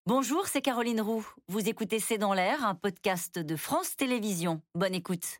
Bonjour, c'est Caroline Roux. Vous écoutez C'est dans l'air, un podcast de France Télévisions. Bonne écoute.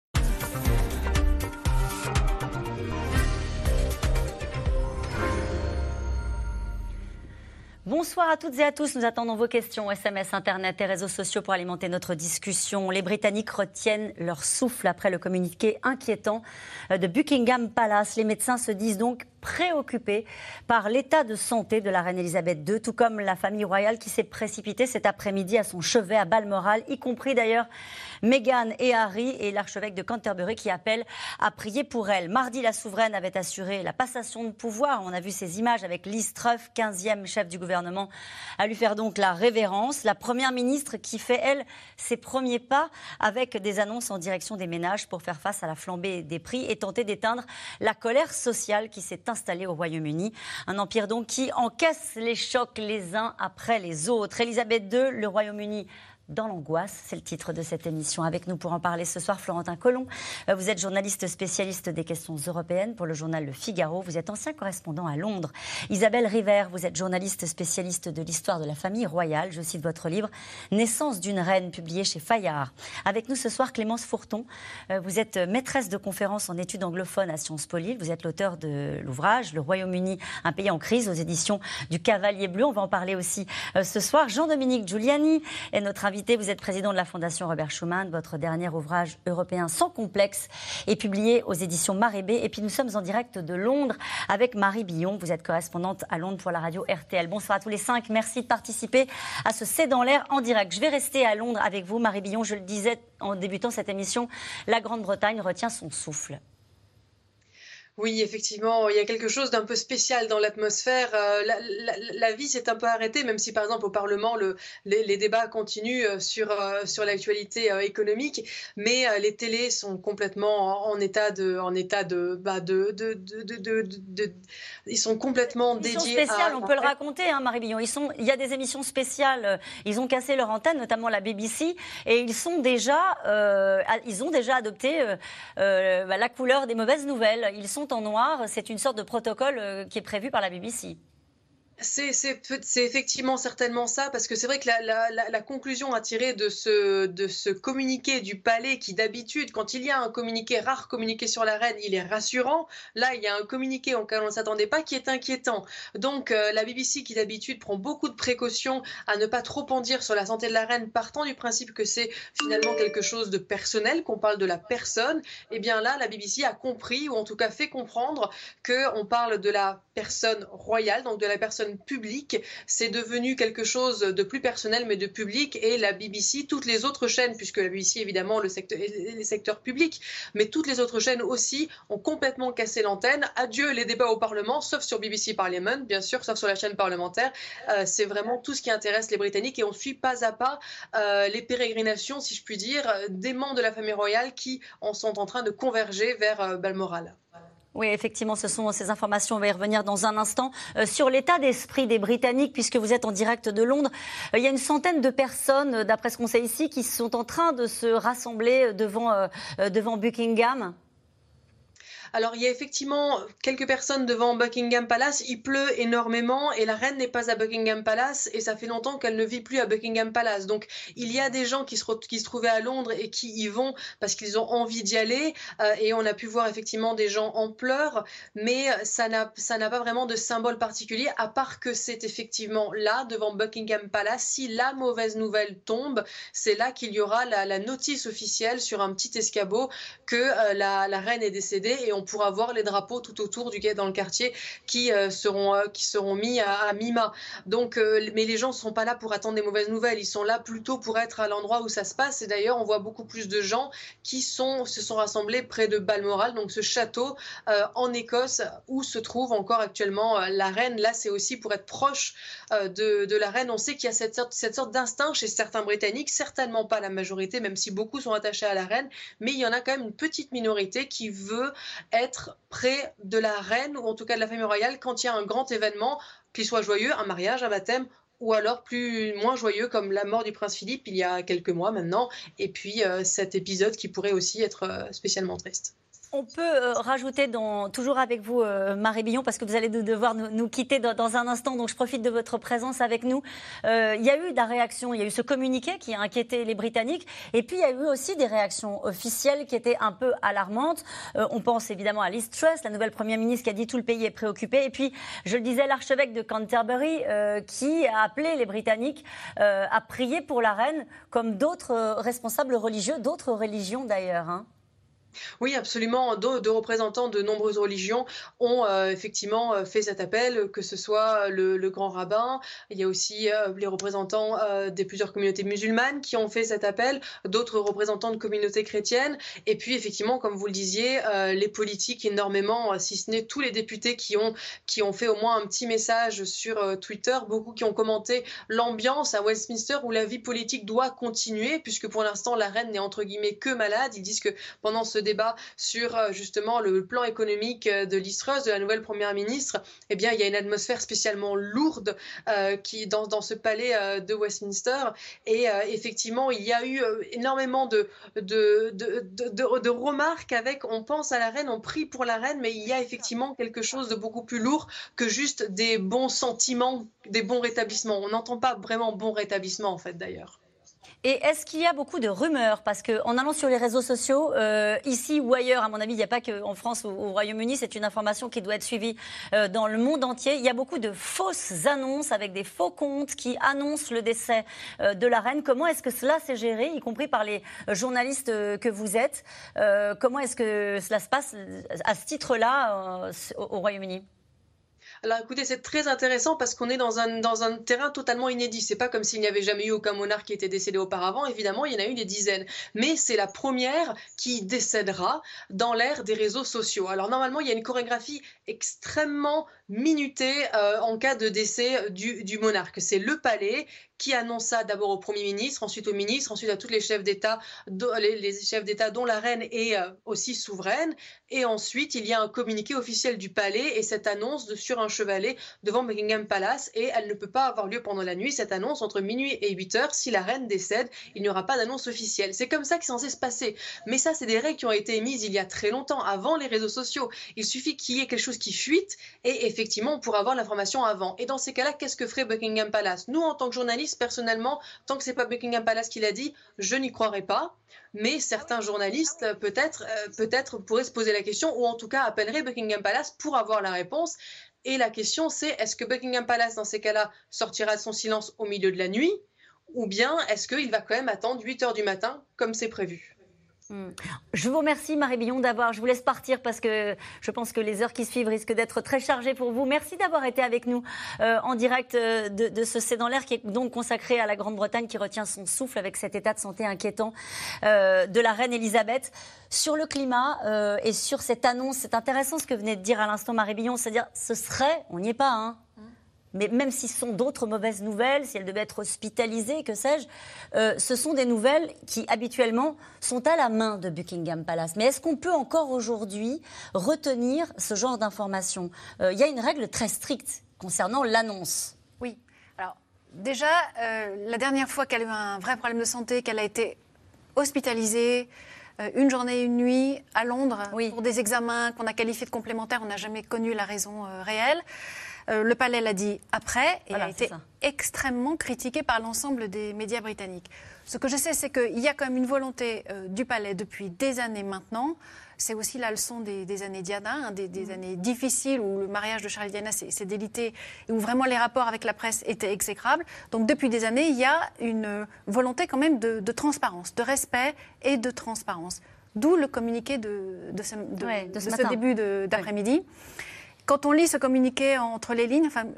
Bonsoir à toutes et à tous. Nous attendons vos questions, SMS, Internet et réseaux sociaux pour alimenter notre discussion. Les Britanniques retiennent leur souffle après le communiqué inquiétant de Buckingham Palace. Les médecins se disent donc préoccupés par l'état de santé de la reine Elisabeth II, tout comme la famille royale qui s'est précipitée cet après-midi à son chevet à Balmoral, y compris d'ailleurs Meghan et Harry et l'archevêque de Canterbury qui appellent à prier pour elle. Mardi, la souveraine avait assuré la passation de pouvoir. On a vu ces images avec Liz Truss, 15e chef du gouvernement, à lui faire donc la révérence. La première ministre qui fait, elle, ses premiers pas avec des annonces en direction des ménages pour faire face à la flambée des prix et tenter d'éteindre la colère sociale qui s'est installée au Royaume-Uni. Un empire donc qui encaisse les chocs les uns après les autres. Elisabeth II, le Royaume-Uni dans l'angoisse, c'est le titre de cette émission. Avec nous pour en parler ce soir, Florentin Collomb. Vous êtes journaliste spécialiste des questions européennes pour le journal Le Figaro. Vous êtes ancien correspondant à Londres. Isabelle River, vous êtes journaliste spécialiste de l'histoire de la famille royale. Je cite votre livre « Naissance d'une reine » publié chez Fayard. Avec nous ce soir, Clémence Fourton. Vous êtes maîtresse de conférences en études anglophones à Sciences Po Lille. Vous êtes l'auteur de l'ouvrage « Le Royaume-Uni, un pays en crise » aux éditions du Cavalier Bleu. On va en parler aussi ce soir. Jean-Dominique Giuliani est notre invité. Vous êtes président de la Fondation Robert Schuman. Votre dernier ouvrage européen sans complexe est publié aux éditions Marée-B. Et puis nous sommes en direct de Londres avec Marie Billon. Vous êtes correspondante à Londres pour la radio RTL. Bonsoir à tous les 5. Merci de participer à ce C'est dans l'air en direct. Je vais rester à Londres avec vous, Marie Billon. Je le disais en débutant cette émission, la Grande-Bretagne retient son souffle. Oui, effectivement, il y a quelque chose d'un peu spécial dans l'atmosphère. La vie s'est un peu arrêtée, même si par exemple au Parlement, les débats continuent sur l'actualité économique, mais les télés sont complètement ils sont complètement dédiés spéciales, on peut le raconter, hein, Marie Billon. Il y a des émissions spéciales. Ils ont cassé leur antenne, notamment la BBC, et ils ont déjà adopté la couleur des mauvaises nouvelles. Ils sont en noir. C'est une sorte de protocole qui est prévu par la BBC. C'est effectivement certainement ça, parce que c'est vrai que la conclusion à tirer de ce communiqué du palais qui d'habitude, quand il y a un rare communiqué sur la reine, il est rassurant. Là, il y a un communiqué auquel on ne s'attendait pas qui est inquiétant. Donc la BBC qui d'habitude prend beaucoup de précautions à ne pas trop en dire sur la santé de la reine, partant du principe que c'est finalement quelque chose de personnel, qu'on parle de la personne, et bien là, la BBC a compris, ou en tout cas fait comprendre, qu'on parle de la personne royale, donc de la personne public. C'est devenu quelque chose de plus personnel mais de public, et la BBC, toutes les autres chaînes, puisque la BBC évidemment les secteurs publics, mais toutes les autres chaînes aussi ont complètement cassé l'antenne. Adieu les débats au Parlement, sauf sur BBC Parliament bien sûr, sauf sur la chaîne parlementaire. C'est vraiment tout ce qui intéresse les Britanniques, et on suit pas à pas les pérégrinations, si je puis dire, des membres de la famille royale qui en sont en train de converger vers Balmoral. Oui, effectivement, ce sont ces informations. On va y revenir dans un instant. Sur l'état d'esprit des Britanniques, puisque vous êtes en direct de Londres, il y a une centaine de personnes, d'après ce qu'on sait ici, qui sont en train de se rassembler devant Buckingham. Alors, il y a effectivement quelques personnes devant Buckingham Palace. Il pleut énormément et la reine n'est pas à Buckingham Palace, et ça fait longtemps qu'elle ne vit plus à Buckingham Palace. Donc, il y a des gens qui se trouvaient à Londres et qui y vont parce qu'ils ont envie d'y aller. Et on a pu voir effectivement des gens en pleurs, mais ça n'a pas vraiment de symbole particulier, à part que c'est effectivement là, devant Buckingham Palace. Si la mauvaise nouvelle tombe, c'est là qu'il y aura la notice officielle sur un petit escabeau que la reine est décédée, et on pourra voir les drapeaux tout autour dans le quartier qui seront mis à mi-mât. Donc, mais les gens ne sont pas là pour attendre des mauvaises nouvelles, ils sont là plutôt pour être à l'endroit où ça se passe. Et d'ailleurs, on voit beaucoup plus de gens qui se sont rassemblés près de Balmoral, donc ce château en Écosse où se trouve encore actuellement la reine. Là, c'est aussi pour être proche de la reine. On sait qu'il y a cette sorte d'instinct chez certains Britanniques, certainement pas la majorité, même si beaucoup sont attachés à la reine, mais il y en a quand même une petite minorité qui veut être près de la reine, ou en tout cas de la famille royale, quand il y a un grand événement, qu'il soit joyeux, un mariage, un baptême, ou alors moins joyeux, comme la mort du prince Philippe il y a quelques mois maintenant, et puis cet épisode qui pourrait aussi être spécialement triste. On peut rajouter, toujours avec vous, Marie Billon, parce que vous allez devoir nous quitter dans un instant, donc je profite de votre présence avec nous. Il y a eu de la réaction, il y a eu ce communiqué qui a inquiété les Britanniques, et puis il y a eu aussi des réactions officielles qui étaient un peu alarmantes. On pense évidemment à Liz Truss, la nouvelle première ministre, qui a dit tout le pays est préoccupé, et puis, je le disais, l'archevêque de Canterbury, qui a appelé les Britanniques à prier pour la reine, comme d'autres responsables religieux, d'autres religions d'ailleurs, hein. Oui, absolument. Deux représentants de nombreuses religions ont effectivement fait cet appel, que ce soit le grand rabbin, il y a aussi les représentants des plusieurs communautés musulmanes qui ont fait cet appel, d'autres représentants de communautés chrétiennes, et puis effectivement, comme vous le disiez, les politiques énormément, si ce n'est tous les députés qui ont fait au moins un petit message sur Twitter, beaucoup qui ont commenté l'ambiance à Westminster où la vie politique doit continuer, puisque pour l'instant la reine n'est entre guillemets que malade. Ils disent que pendant ce débat sur justement le plan économique de Liz Truss, de la nouvelle première ministre, eh bien, il y a une atmosphère spécialement lourde qui dans ce palais de Westminster. Et effectivement, il y a eu énormément de remarques avec on pense à la reine, on prie pour la reine, mais il y a effectivement quelque chose de beaucoup plus lourd que juste des bons sentiments, des bons rétablissements. On n'entend pas vraiment bon rétablissement, en fait, d'ailleurs. Et est-ce qu'il y a beaucoup de rumeurs? Parce qu'en allant sur les réseaux sociaux, ici ou ailleurs, à mon avis, il n'y a pas qu'en France ou au Royaume-Uni, c'est une information qui doit être suivie dans le monde entier. Il y a beaucoup de fausses annonces avec des faux comptes qui annoncent le décès de la reine. Comment est-ce que cela s'est géré, y compris par les journalistes que vous êtes? Comment est-ce que cela se passe à ce titre-là au Royaume-Uni? Alors écoutez, c'est très intéressant parce qu'on est dans un terrain totalement inédit. C'est pas comme s'il n'y avait jamais eu aucun monarque qui était décédé auparavant. Évidemment, il y en a eu des dizaines. Mais c'est la première qui décédera dans l'ère des réseaux sociaux. Alors normalement, il y a une chorégraphie extrêmement minutée en cas de décès du monarque. C'est le palais qui annonce ça d'abord au Premier ministre, ensuite au ministre, ensuite à tous les chefs d'État, les chefs d'État dont la reine est aussi souveraine. Et ensuite, il y a un communiqué officiel du palais et cette annonce sur un chevalet devant Buckingham Palace. Et elle ne peut pas avoir lieu pendant la nuit, cette annonce, entre minuit et 8 heures. Si la reine décède, il n'y aura pas d'annonce officielle. C'est comme ça que c'est censé se passer. Mais ça, c'est des règles qui ont été émises il y a très longtemps, avant les réseaux sociaux. Il suffit qu'il y ait quelque chose qui fuite et effectivement, on pourra avoir l'information avant. Et dans ces cas-là, qu'est-ce que ferait Buckingham Palace? Nous, en tant que journalistes, personnellement, tant que c'est pas Buckingham Palace qui l'a dit, je n'y croirais pas. Mais certains journalistes, peut-être pourraient se poser la question, ou en tout cas appelleraient Buckingham Palace pour avoir la réponse. Et la question, c'est est-ce que Buckingham Palace, dans ces cas-là, sortira de son silence au milieu de la nuit? Ou bien est-ce qu'il va quand même attendre 8 heures du matin, comme c'est prévu? Je vous remercie, Marie Billon, je vous laisse partir parce que je pense que les heures qui suivent risquent d'être très chargées pour vous. Merci d'avoir été avec nous en direct de ce C'est dans l'air qui est donc consacré à la Grande-Bretagne qui retient son souffle avec cet état de santé inquiétant de la reine Elisabeth. Sur le climat et sur cette annonce, c'est intéressant ce que venait de dire à l'instant Marie Billon, c'est-à-dire ce serait, on n'y est pas, hein. Mais même si ce sont d'autres mauvaises nouvelles, si elle devait être hospitalisée, que sais-je, ce sont des nouvelles qui, habituellement, sont à la main de Buckingham Palace. Mais est-ce qu'on peut encore aujourd'hui retenir ce genre d'informations? Il y a une règle très stricte concernant l'annonce. Oui. Alors, déjà, la dernière fois qu'elle a eu un vrai problème de santé, qu'elle a été hospitalisée, une journée et une nuit à Londres pour des examens qu'on a qualifiés de complémentaires, on n'a jamais connu la raison réelle. Le palais l'a dit après et a été extrêmement critiqué par l'ensemble des médias britanniques. Ce que je sais, c'est qu'il y a quand même une volonté du palais depuis des années maintenant. C'est aussi la leçon des années Diana, hein, des années difficiles où le mariage de Charles et Diana s'est délité et où vraiment les rapports avec la presse étaient exécrables. Donc depuis des années, il y a une volonté quand même de transparence, de respect et de transparence. D'où le communiqué de ce début d'après-midi. Quand on lit ce communiqué entre les lignes, enfin,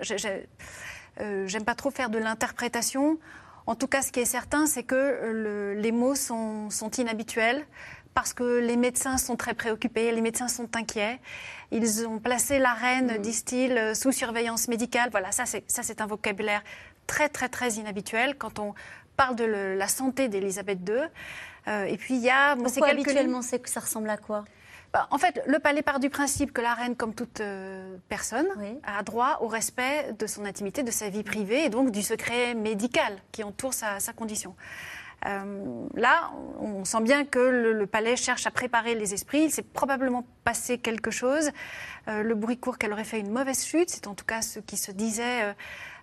j'aime pas trop faire de l'interprétation. En tout cas, ce qui est certain, c'est que les mots sont inhabituels parce que les médecins sont très préoccupés, les médecins sont inquiets. Ils ont placé la reine, disent-ils, sous surveillance médicale. Voilà, ça c'est un vocabulaire très, très, très inhabituel quand on parle de la santé d'Élisabeth II. Et puis il y a... Pourquoi habituellement, ça ressemble à quoi ? En fait, le palais part du principe que la reine, comme toute personne, a droit au respect de son intimité, de sa vie privée et donc du secret médical qui entoure sa condition. Là, on sent bien que le palais cherche à préparer les esprits. Il s'est probablement passé quelque chose. Le bruit court qu'elle aurait fait une mauvaise chute. C'est en tout cas ce qui se disait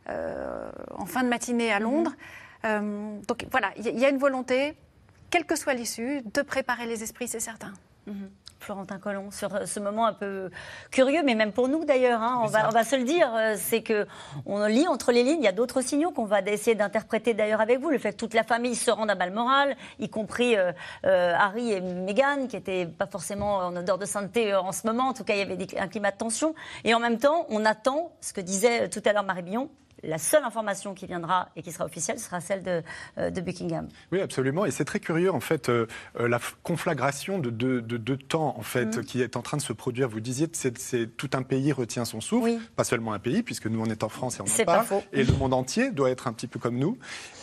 en fin de matinée à Londres. Donc voilà, il y a une volonté, quelle que soit l'issue, de préparer les esprits, c'est certain. Florentin Collomb, sur ce moment un peu curieux, mais même pour nous d'ailleurs, on va se le dire, c'est qu'on lit entre les lignes, il y a d'autres signaux qu'on va essayer d'interpréter d'ailleurs avec vous, le fait que toute la famille se rende à Balmoral, y compris Harry et Meghan, qui n'étaient pas forcément en odeur de sainteté en ce moment, en tout cas il y avait un climat de tension, et en même temps on attend, ce que disait tout à l'heure Marie Billon, la seule information qui viendra et qui sera officielle sera celle de Buckingham. Oui, absolument. Et c'est très curieux, en fait, la conflagration de deux temps, en fait, qui est en train de se produire. Vous disiez que c'est tout un pays retient son souffle, pas seulement un pays, puisque nous, on est en France et on en parle. Et le monde entier doit être un petit peu comme nous.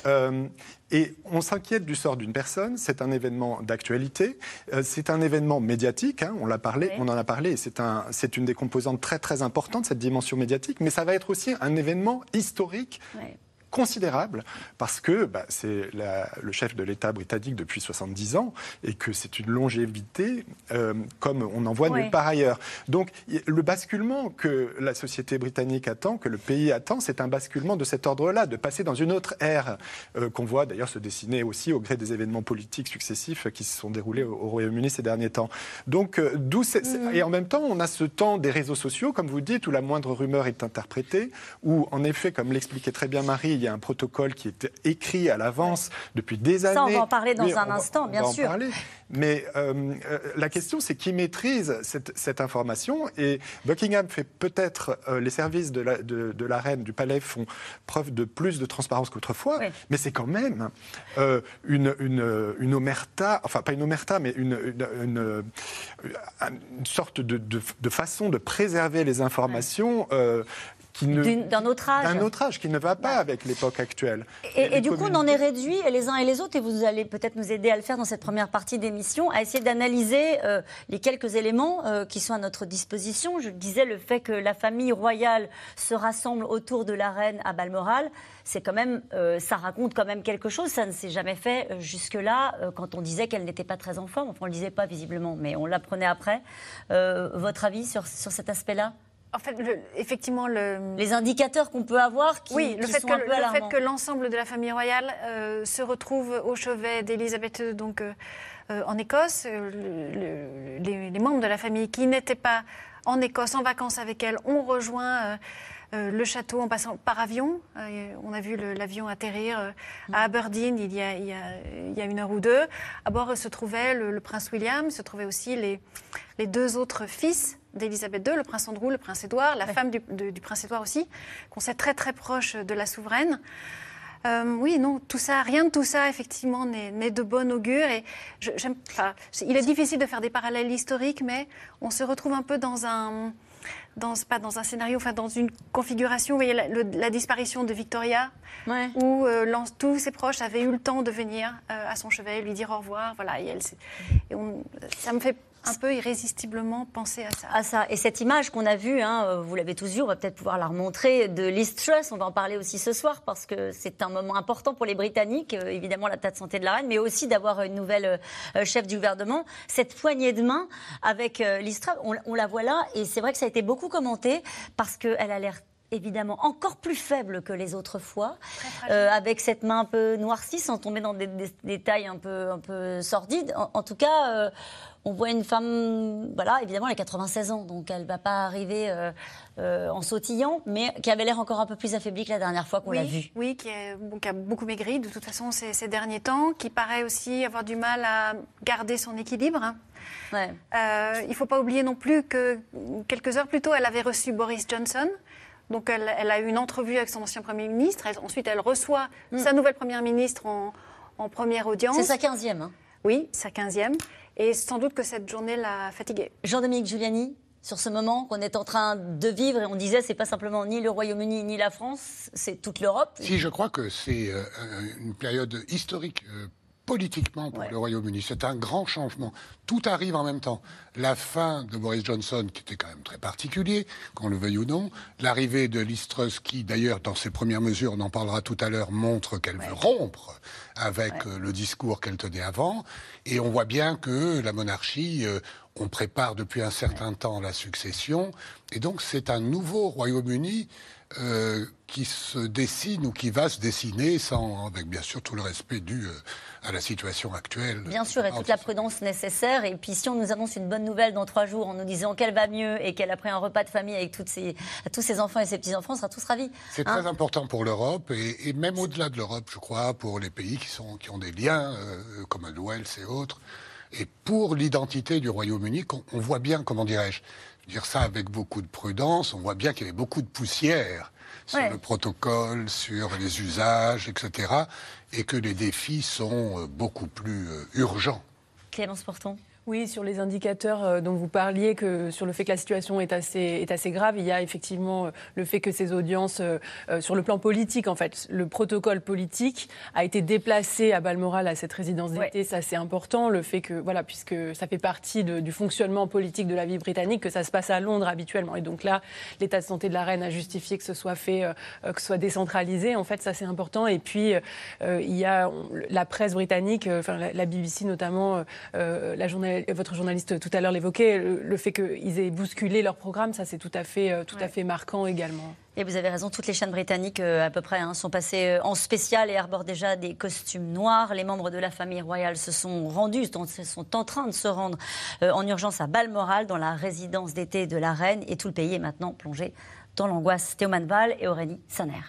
Et on s'inquiète du sort d'une personne, c'est un événement d'actualité, c'est un événement médiatique, on en a parlé, et c'est une des composantes très très importantes, cette dimension médiatique, mais ça va être aussi un événement historique considérable, parce que c'est le chef de l'État britannique depuis 70 ans, et que c'est une longévité comme on en voit nulle part ailleurs. Donc le basculement que la société britannique attend, que le pays attend, c'est un basculement de cet ordre-là, de passer dans une autre ère, qu'on voit d'ailleurs se dessiner aussi au gré des événements politiques successifs qui se sont déroulés au Royaume-Uni ces derniers temps. Donc et en même temps, on a ce temps des réseaux sociaux, comme vous dites, où la moindre rumeur est interprétée, où en effet, comme l'expliquait très bien Marie, il y a un protocole qui est écrit à l'avance depuis des années. Ça, on va en parler dans un instant, bien sûr. Mais la question, c'est qui maîtrise cette information. Et Buckingham fait peut-être, les services de la reine, du palais, font preuve de plus de transparence qu'autrefois. Mais c'est quand même une omerta, enfin pas une omerta, mais une sorte de façon de préserver les informations d'un autre âge. D'un autre âge qui ne va pas avec l'époque actuelle. Et du coup, on en est réduit, les uns et les autres, et vous allez peut-être nous aider à le faire dans cette première partie d'émission, à essayer d'analyser les quelques éléments qui sont à notre disposition. Je disais le fait que la famille royale se rassemble autour de la reine à Balmoral, c'est quand même, ça raconte quand même quelque chose. Ça ne s'est jamais fait jusque-là, quand on disait qu'elle n'était pas très en forme. Enfin, on ne le disait pas visiblement, mais on l'apprenait après. Votre avis sur cet aspect-là ? En fait, effectivement, les indicateurs qu'on peut avoir qui sont un peu alarmants. Le fait que l'ensemble de la famille royale se retrouve au chevet d'Elisabeth II, donc en Écosse, les membres de la famille qui n'étaient pas en Écosse en vacances avec elle ont rejoint le château en passant par avion. On a vu l'avion atterrir à Aberdeen il y a une heure ou deux. À bord se trouvait le prince William, se trouvaient aussi les deux autres fils d'Elisabeth II, le prince Andrew, le prince Édouard, la femme du prince Édouard aussi, qu'on sait très très proche de la souveraine. Tout ça, rien de tout ça, effectivement, n'est de bon augure. Et il est difficile de faire des parallèles historiques, mais on se retrouve un peu dans un scénario, dans une configuration. Vous voyez la disparition de Victoria, où tous ses proches avaient eu le temps de venir à son chevet, lui dire au revoir. Voilà, ça me fait un peu irrésistiblement penser à ça. Et cette image qu'on a vue, vous l'avez tous vue, on va peut-être pouvoir la remontrer, de Liz Truss, on va en parler aussi ce soir, parce que c'est un moment important pour les Britanniques, évidemment l'état de santé de la reine, mais aussi d'avoir une nouvelle chef du gouvernement. Cette poignée de main avec Liz Truss, on la voit là, et c'est vrai que ça a été beaucoup commenté, parce qu'elle a l'air évidemment encore plus faible que les autres fois, avec cette main un peu noircie, sans tomber dans des détails un peu sordides. En tout cas, on voit une femme, évidemment, elle a 96 ans, donc elle ne va pas arriver en sautillant, mais qui avait l'air encore un peu plus affaiblie que la dernière fois qu'on l'a vue. Oui, qui a beaucoup maigri, de toute façon, ces derniers temps, qui paraît aussi avoir du mal à garder son équilibre. Il ne faut pas oublier non plus que quelques heures plus tôt, elle avait reçu Boris Johnson. Donc elle a eu une entrevue avec son ancien Premier ministre. Ensuite, elle reçoit sa nouvelle Première ministre en première audience. C'est sa 15e. Oui, sa 15e. Et sans doute que cette journée l'a fatiguée. Jean-Dominique Giuliani, sur ce moment qu'on est en train de vivre, et on disait c'est pas simplement ni le Royaume-Uni ni la France, c'est toute l'Europe. Si, je crois que c'est une période historique politiquement pour le Royaume-Uni. C'est un grand changement. Tout arrive en même temps. La fin de Boris Johnson, qui était quand même très particulier, qu'on le veuille ou non. L'arrivée de Liz Truss, qui d'ailleurs, dans ses premières mesures, on en parlera tout à l'heure, montre qu'elle veut rompre avec le discours qu'elle tenait avant. Et on voit bien que la monarchie, on prépare depuis un certain temps la succession. Et donc c'est un nouveau Royaume-Uni qui se dessine ou qui va se dessiner avec bien sûr tout le respect dû à la situation actuelle. Bien sûr, et toute la prudence nécessaire. Et puis si on nous annonce une bonne nouvelle dans 3 jours en nous disant qu'elle va mieux et qu'elle a pris un repas de famille avec tous ses enfants et ses petits-enfants, on sera tous ravis. C'est très important pour l'Europe et même au-delà de l'Europe, je crois, pour les pays qui ont des liens, comme Wells et autres. Et pour l'identité du Royaume-Uni, on voit bien, comment dirais-je, dire ça avec beaucoup de prudence, on voit bien qu'il y avait beaucoup de poussière sur le protocole, sur les usages, etc. Et que les défis sont beaucoup plus urgents. Clémence Porton. Oui, sur les indicateurs dont vous parliez, sur le fait que la situation est assez grave, il y a effectivement le fait que ces audiences, sur le plan politique en fait, le protocole politique a été déplacé à Balmoral, à cette résidence d'été, ça c'est important, le fait que, voilà, puisque ça fait partie du fonctionnement politique de la vie britannique, que ça se passe à Londres habituellement. Et donc là, l'état de santé de la reine a justifié que ce soit fait, que ce soit décentralisé, en fait, ça c'est important. Et puis, il y a la presse britannique, la BBC notamment, votre journaliste tout à l'heure l'évoquait, le fait qu'ils aient bousculé leur programme, ça c'est tout à fait marquant également. Et vous avez raison, toutes les chaînes britanniques à peu près sont passées en spécial et arborent déjà des costumes noirs. Les membres de la famille royale se sont rendus, sont en train de se rendre en urgence à Balmoral, dans la résidence d'été de la reine. Et tout le pays est maintenant plongé dans l'angoisse. Théo Manval et Aurélie Saner.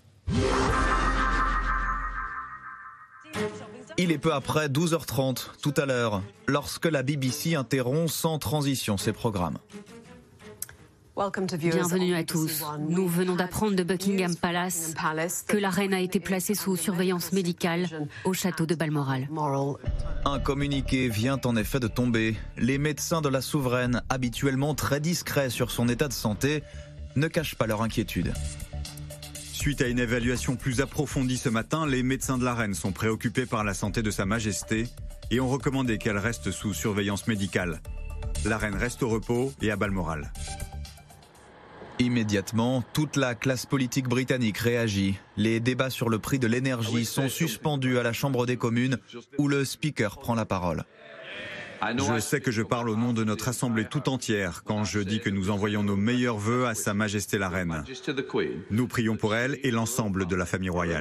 Il est peu après 12h30, tout à l'heure, lorsque la BBC interrompt sans transition ses programmes. Bienvenue à tous. Nous venons d'apprendre de Buckingham Palace que la reine a été placée sous surveillance médicale au château de Balmoral. Un communiqué vient en effet de tomber. Les médecins de la souveraine, habituellement très discrets sur son état de santé, ne cachent pas leur inquiétude. Suite à une évaluation plus approfondie ce matin, les médecins de la reine sont préoccupés par la santé de Sa Majesté et ont recommandé qu'elle reste sous surveillance médicale. La reine reste au repos et à Balmoral. Immédiatement, toute la classe politique britannique réagit. Les débats sur le prix de l'énergie sont suspendus à la Chambre des communes où le speaker prend la parole. Je sais que je parle au nom de notre Assemblée tout entière quand je dis que nous envoyons nos meilleurs vœux à Sa Majesté la Reine. Nous prions pour elle et l'ensemble de la famille royale.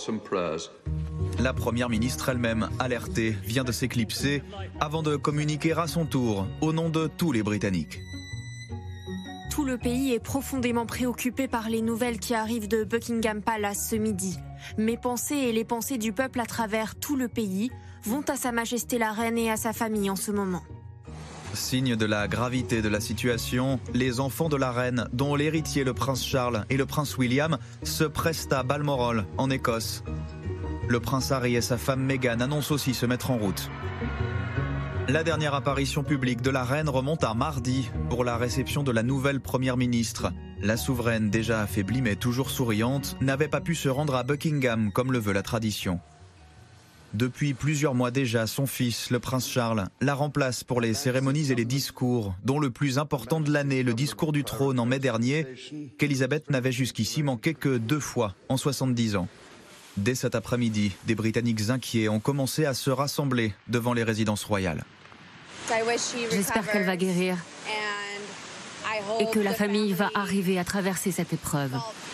La première ministre elle-même, alertée, vient de s'éclipser avant de communiquer à son tour au nom de tous les Britanniques. Tout le pays est profondément préoccupé par les nouvelles qui arrivent de Buckingham Palace ce midi. Mes pensées et les pensées du peuple à travers tout le pays vont à Sa Majesté la Reine et à sa famille en ce moment. Signe de la gravité de la situation, les enfants de la reine, dont l'héritier le prince Charles et le prince William, se pressent à Balmoral, en Écosse. Le prince Harry et sa femme Meghan annoncent aussi se mettre en route. La dernière apparition publique de la reine remonte à mardi pour la réception de la nouvelle première ministre. La souveraine, déjà affaiblie mais toujours souriante, n'avait pas pu se rendre à Buckingham comme le veut la tradition. Depuis plusieurs mois déjà, son fils, le prince Charles, la remplace pour les cérémonies et les discours, dont le plus important de l'année, le discours du trône en mai dernier, qu'Elisabeth n'avait jusqu'ici manqué que 2 fois en 70 ans. Dès cet après-midi, des Britanniques inquiets ont commencé à se rassembler devant les résidences royales. J'espère qu'elle va guérir et que la famille va arriver à traverser cette épreuve.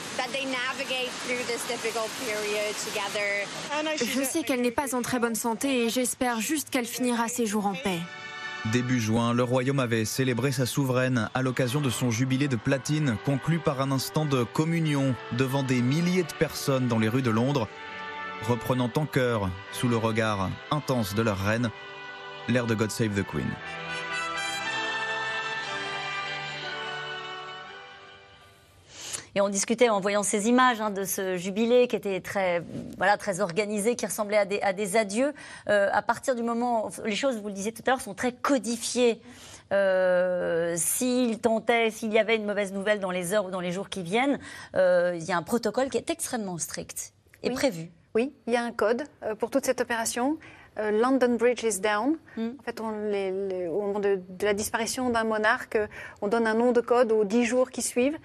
Je sais qu'elle n'est pas en très bonne santé et j'espère juste qu'elle finira ses jours en paix. Début juin, le royaume avait célébré sa souveraine à l'occasion de son jubilé de platine, conclu par un instant de communion devant des milliers de personnes dans les rues de Londres, reprenant en chœur, sous le regard intense de leur reine, l'air de God Save the Queen. Et on discutait en voyant ces images de ce jubilé qui était très organisé, qui ressemblait à des adieux. À partir du moment où les choses, vous le disiez tout à l'heure, sont très codifiées. S'il y avait une mauvaise nouvelle dans les heures ou dans les jours qui viennent, il y a un protocole qui est extrêmement strict et prévu. Oui, il y a un code pour toute cette opération. London Bridge is down. En fait, au moment de la disparition d'un monarque, on donne un nom de code aux 10 jours qui suivent.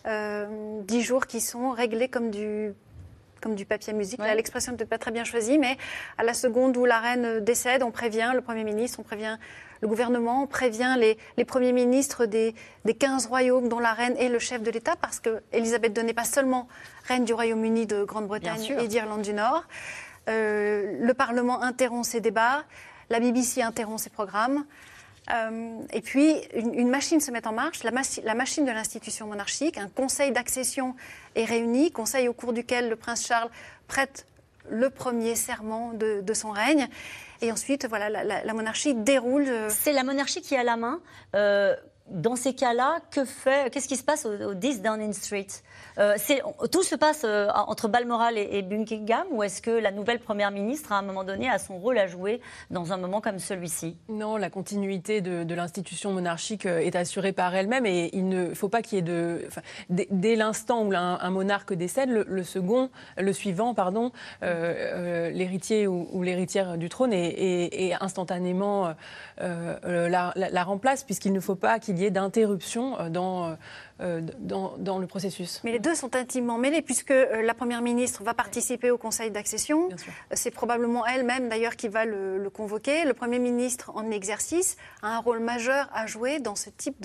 10 jours qui sont réglés comme du papier à musique. Là, l'expression n'est peut-être pas très bien choisie, mais à la seconde où la reine décède, on prévient le Premier ministre, on prévient le gouvernement, on prévient les premiers ministres des 15 royaumes dont la reine est le chef de l'État, parce qu'Elisabeth II n'est pas seulement reine du Royaume-Uni, de Grande-Bretagne et d'Irlande du Nord. Le Parlement interrompt ses débats, la BBC interrompt ses programmes. Et puis, une machine se met en marche, la machine de l'institution monarchique. Un conseil d'accession est réuni, conseil au cours duquel le prince Charles prête le premier serment de son règne. Et ensuite, voilà, la monarchie déroule. C'est la monarchie qui a la main. Dans ces cas-là, qu'est-ce qui se passe au 10 Downing Street? Tout se passe entre Balmoral et Buckingham, ou est-ce que la nouvelle première ministre, à un moment donné, a son rôle à jouer dans un moment comme celui-ci? Non, la continuité de l'institution monarchique est assurée par elle-même, et il ne faut pas qu'il y ait dès l'instant où un monarque décède, le suivant, l'héritier ou l'héritière du trône est instantanément la remplace, puisqu'il ne faut pas qu'il y ait d'interruption dans le processus. Mais les deux sont intimement mêlés, puisque la Première ministre va participer au Conseil d'accession. C'est probablement elle-même, d'ailleurs, qui va le convoquer. Le Premier ministre, en exercice, a un rôle majeur à jouer dans ce type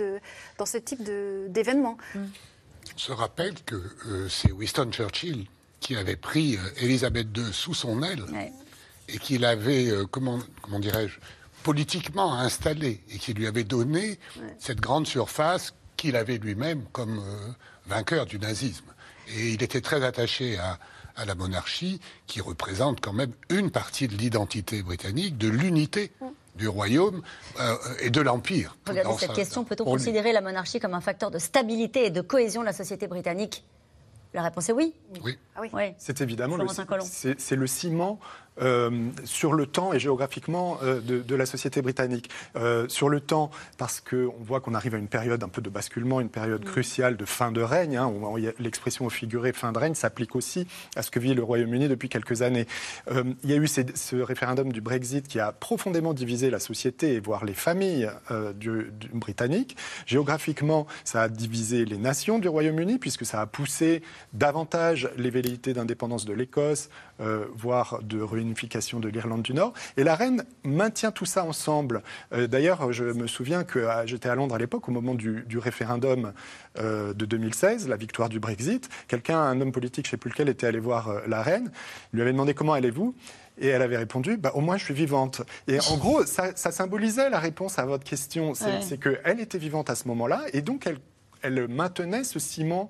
d'événement. On se rappelle que c'est Winston Churchill qui avait pris Elisabeth II sous son aile et qui l'avait, comment dirais-je, politiquement installée, et qui lui avait donné cette grande surface qu'il avait lui-même comme vainqueur du nazisme. Et il était très attaché à la monarchie, qui représente quand même une partie de l'identité britannique, de l'unité du royaume et de l'empire. Regardez cette question, peut-on considérer la monarchie comme un facteur de stabilité et de cohésion de la société britannique? La réponse est oui. Oui. Ah oui. C'est évidemment c'est le ciment sur le temps et géographiquement de la société britannique. Sur le temps, parce qu'on voit qu'on arrive à une période un peu de basculement, une période cruciale de fin de règne. L'expression au figuré fin de règne s'applique aussi à ce que vit le Royaume-Uni depuis quelques années. Il y a eu ce référendum du Brexit qui a profondément divisé la société et voire les familles du britannique. Géographiquement, ça a divisé les nations du Royaume-Uni, puisque ça a poussé davantage les velléités d'indépendance de l'Écosse, voire de réunification de l'Irlande du Nord. Et la reine maintient tout ça ensemble. D'ailleurs, je me souviens que j'étais à Londres à l'époque, au moment du référendum de 2016, la victoire du Brexit. Un homme politique, je ne sais plus lequel, était allé voir la reine, lui avait demandé « Comment allez-vous ?» Et elle avait répondu « Au moins, je suis vivante ». Et en gros, ça symbolisait la réponse à votre question. C'est qu'elle était vivante à ce moment-là, et donc elle maintenait ce ciment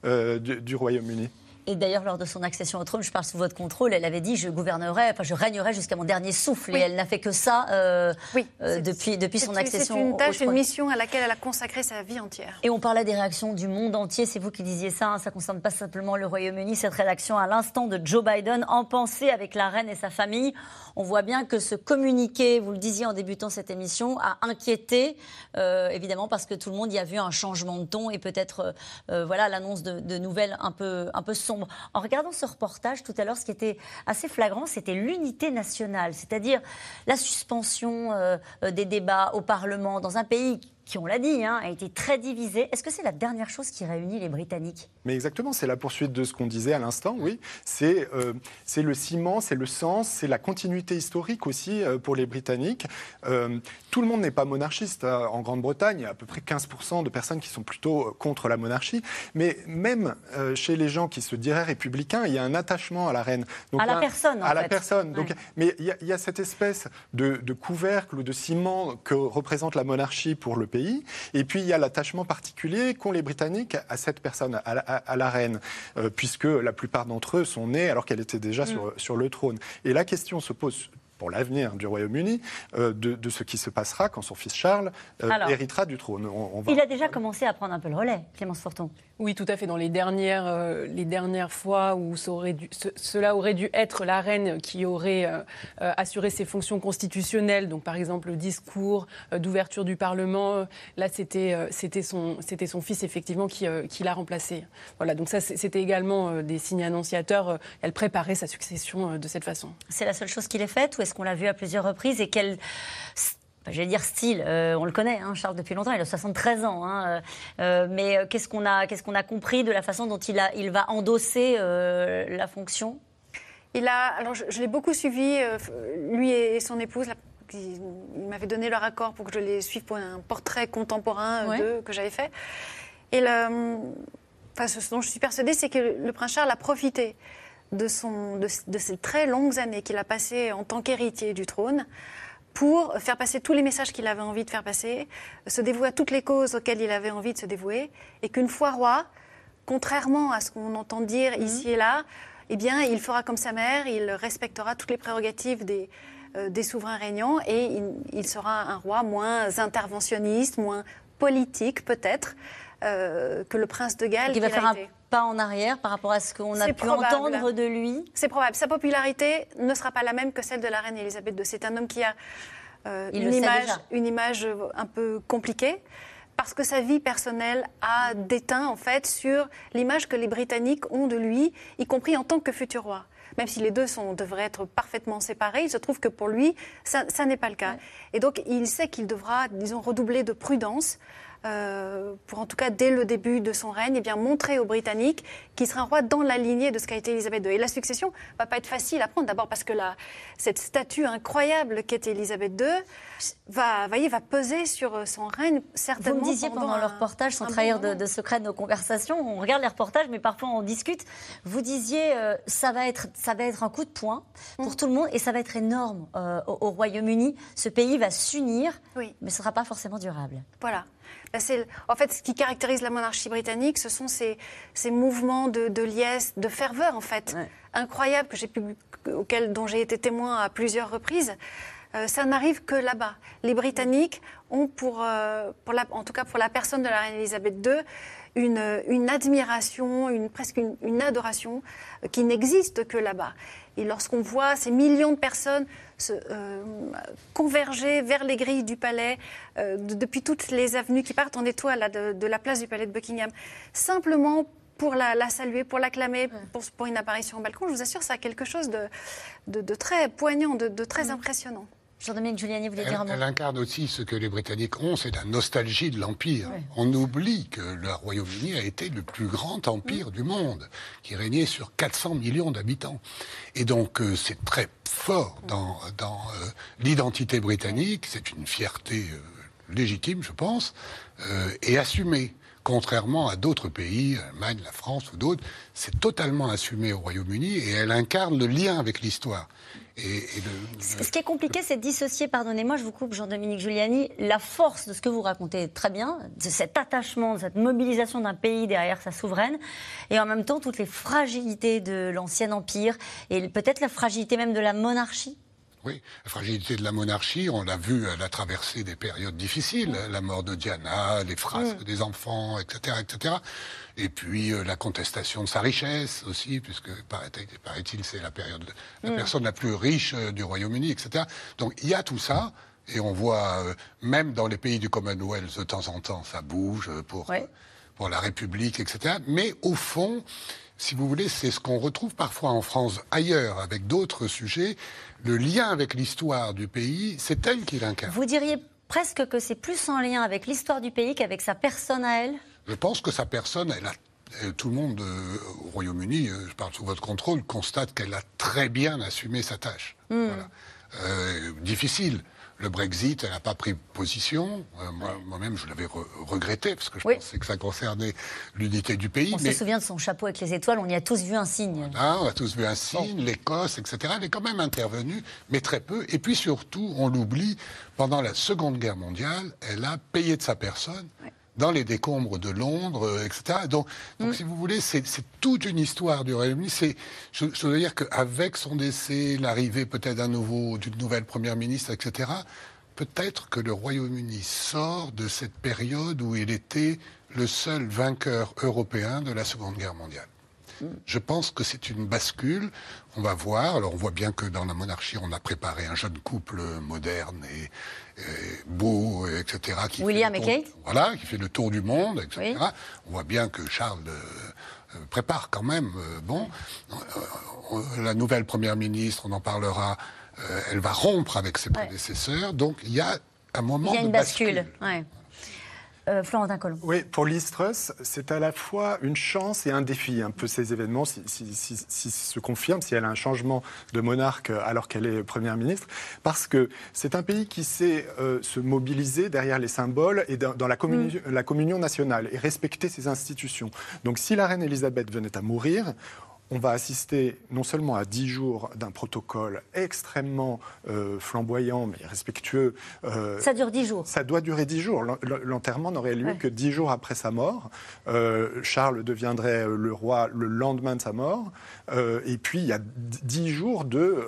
du Royaume-Uni. Et d'ailleurs, lors de son accession au trône, je parle sous votre contrôle, elle avait dit je régnerai jusqu'à mon dernier souffle. Et elle n'a fait que ça depuis son accession au trône. C'est une mission à laquelle elle a consacré sa vie entière. Et on parlait des réactions du monde entier. C'est vous qui disiez ça. Ça ne concerne pas simplement le Royaume-Uni. Cette réaction à l'instant de Joe Biden, en pensée avec la reine et sa famille. On voit bien que ce communiqué, vous le disiez en débutant cette émission, a inquiété, évidemment, parce que tout le monde y a vu un changement de ton et peut-être l'annonce de nouvelles un peu sombres. En regardant ce reportage tout à l'heure, ce qui était assez flagrant, c'était l'unité nationale, c'est-à-dire la suspension des débats au Parlement dans un pays qui, on l'a dit, a été très divisé. Est-ce que c'est la dernière chose qui réunit les Britanniques? Mais exactement, c'est la poursuite de ce qu'on disait à l'instant, oui. C'est le ciment, c'est le sens, c'est la continuité historique aussi pour les Britanniques. Tout le monde n'est pas monarchiste. En Grande-Bretagne, il y a à peu près 15% de personnes qui sont plutôt contre la monarchie. Mais même chez les gens qui se diraient républicains, il y a un attachement à la reine. Donc, à la personne, en fait. À la personne. Donc, mais il y a cette espèce de couvercle ou de ciment que représente la monarchie pour le pays. Et puis, il y a l'attachement particulier qu'ont les Britanniques à cette personne, à la reine, puisque la plupart d'entre eux sont nés alors qu'elle était déjà sur le trône. Et la question se pose pour l'avenir du Royaume-Uni, de ce qui se passera quand son fils Charles héritera du trône. Il a déjà commencé à prendre un peu le relais, Clémence Forton. Oui, tout à fait. Dans les dernières fois où cela aurait dû être la reine qui aurait assuré ses fonctions constitutionnelles, donc par exemple le discours d'ouverture du Parlement, là c'était son fils effectivement qui l'a remplacé. Voilà, donc ça c'était également des signes annonciateurs. Elle préparait sa succession de cette façon. C'est la seule chose qu'il ait faite ou est-ce qu'on l'a vu à plusieurs reprises et quelle... Je vais dire style, on le connaît, hein, Charles, depuis longtemps, il a 73 ans. Hein, mais qu'est-ce qu'on a compris de la façon dont il va endosser la fonction ? Alors je l'ai beaucoup suivi, lui et son épouse. Ils m'avaient donné leur accord pour que je les suive pour un portrait contemporain d'eux que j'avais fait. Et ce dont je suis persuadée, c'est que le prince Charles a profité de ces très longues années qu'il a passées en tant qu'héritier du trône pour faire passer tous les messages qu'il avait envie de faire passer, se dévouer à toutes les causes auxquelles il avait envie de se dévouer, et qu'une fois roi, contrairement à ce qu'on entend dire ici et là, eh bien, il fera comme sa mère, il respectera toutes les prérogatives des souverains régnants, et il sera un roi moins interventionniste, moins politique peut-être, que le prince de Galles. Il va faire un pas en arrière par rapport à ce qu'on a pu entendre de lui. C'est probable. Sa popularité ne sera pas la même que celle de la reine Elisabeth II. C'est un homme qui a une image un peu compliquée parce que sa vie personnelle a déteint en fait sur l'image que les Britanniques ont de lui, y compris en tant que futur roi. Même si les deux devraient être parfaitement séparés, il se trouve que pour lui, ça n'est pas le cas. Ouais. Et donc, il sait qu'il devra, disons, redoubler de prudence pour, en tout cas, dès le début de son règne, montrer aux Britanniques qu'il sera un roi dans la lignée de ce qu'a été Elisabeth II. Et la succession ne va pas être facile à prendre, d'abord parce que cette statue incroyable qu'est Elisabeth II va peser sur son règne, certainement. Vous me disiez pendant le reportage, sans trahir de secret de nos conversations, on regarde les reportages, mais parfois on discute, vous disiez ça va être un coup de poing pour tout le monde et ça va être énorme au Royaume-Uni. Ce pays va s'unir, mais ce ne sera pas forcément durable. Voilà. En fait, ce qui caractérise la monarchie britannique, ce sont ces mouvements de liesse, de ferveur, en fait, incroyables dont j'ai été témoin à plusieurs reprises. Ça n'arrive que là-bas. Les Britanniques ont, en tout cas pour la personne de la reine Elisabeth II, une admiration, presque une adoration qui n'existe que là-bas. Et lorsqu'on voit ces millions de personnes converger vers les grilles du palais, depuis toutes les avenues qui partent en étoile de la place du palais de Buckingham, simplement pour la saluer, pour l'acclamer, pour une apparition au balcon, je vous assure, ça a quelque chose de très poignant, de très impressionnant. Jean-Dominique Giuliani voulait dire un mot. Elle incarne aussi ce que les Britanniques ont, c'est la nostalgie de l'Empire. Oui. On oublie que le Royaume-Uni a été le plus grand empire du monde, qui régnait sur 400 millions d'habitants. Et donc c'est très fort dans l'identité britannique, c'est une fierté légitime, je pense, et assumée. Contrairement à d'autres pays, l'Allemagne, la France ou d'autres, c'est totalement assumé au Royaume-Uni et elle incarne le lien avec l'histoire. Ce qui est compliqué, c'est de dissocier, pardonnez-moi, je vous coupe Jean-Dominique Giuliani, la force de ce que vous racontez très bien, de cet attachement, de cette mobilisation d'un pays derrière sa souveraine, et en même temps toutes les fragilités de l'ancien empire, et peut-être la fragilité même de la monarchie. Oui, la fragilité de la monarchie, on l'a vu, elle a traversé des périodes difficiles, la mort de Diana, les frasques des enfants, etc., etc. Et puis la contestation de sa richesse aussi, puisque paraît-il, c'est la personne la plus riche du Royaume-Uni, etc. Donc il y a tout ça, et on voit, même dans les pays du Commonwealth, de temps en temps, ça bouge pour la République, etc. Mais au fond, si vous voulez, c'est ce qu'on retrouve parfois en France, ailleurs, avec d'autres sujets. Le lien avec l'histoire du pays, c'est elle qui l'incarne. Vous diriez presque que c'est plus en lien avec l'histoire du pays qu'avec sa personne à elle ? Je pense que sa personne, tout le monde au Royaume-Uni, je parle sous votre contrôle, constate qu'elle a très bien assumé sa tâche. Voilà. Difficile. Le Brexit, elle n'a pas pris position. Moi-même, je l'avais regretté, parce que je pensais que ça concernait l'unité du pays. On se souvient de son chapeau avec les étoiles, on y a tous vu un signe. Ah, on a tous vu un signe, l'Écosse, etc. Elle est quand même intervenue, mais très peu. Et puis surtout, on l'oublie, pendant la Seconde Guerre mondiale, elle a payé de sa personne dans les décombres de Londres, etc. Donc si vous voulez, c'est toute une histoire du Royaume-Uni. Je veux dire qu'avec son décès, l'arrivée peut-être d'une nouvelle première ministre, etc., peut-être que le Royaume-Uni sort de cette période où il était le seul vainqueur européen de la Seconde Guerre mondiale. Je pense que c'est une bascule. On va voir. Alors on voit bien que dans la monarchie, on a préparé un jeune couple moderne et beau, etc. William et Kate. Voilà, qui fait le tour du monde, etc. Oui. On voit bien que Charles prépare quand même. La nouvelle première ministre, on en parlera, elle va rompre avec ses prédécesseurs. Donc il y a un moment de bascule. Ouais. Florentin Colomb. Oui, pour Liz Truss, c'est à la fois une chance et un défi, un peu ces événements, si se confirment, si elle a un changement de monarque alors qu'elle est première ministre, parce que c'est un pays qui sait se mobiliser derrière les symboles et dans la communion nationale et respecter ses institutions. Donc si la reine Elisabeth venait à mourir, on va assister non seulement à 10 jours d'un protocole extrêmement flamboyant, mais respectueux. Ça dure 10 jours. Ça doit durer 10 jours. L'enterrement n'aurait lieu que 10 jours après sa mort. Charles deviendrait le roi le lendemain de sa mort. Et puis, il y a 10 jours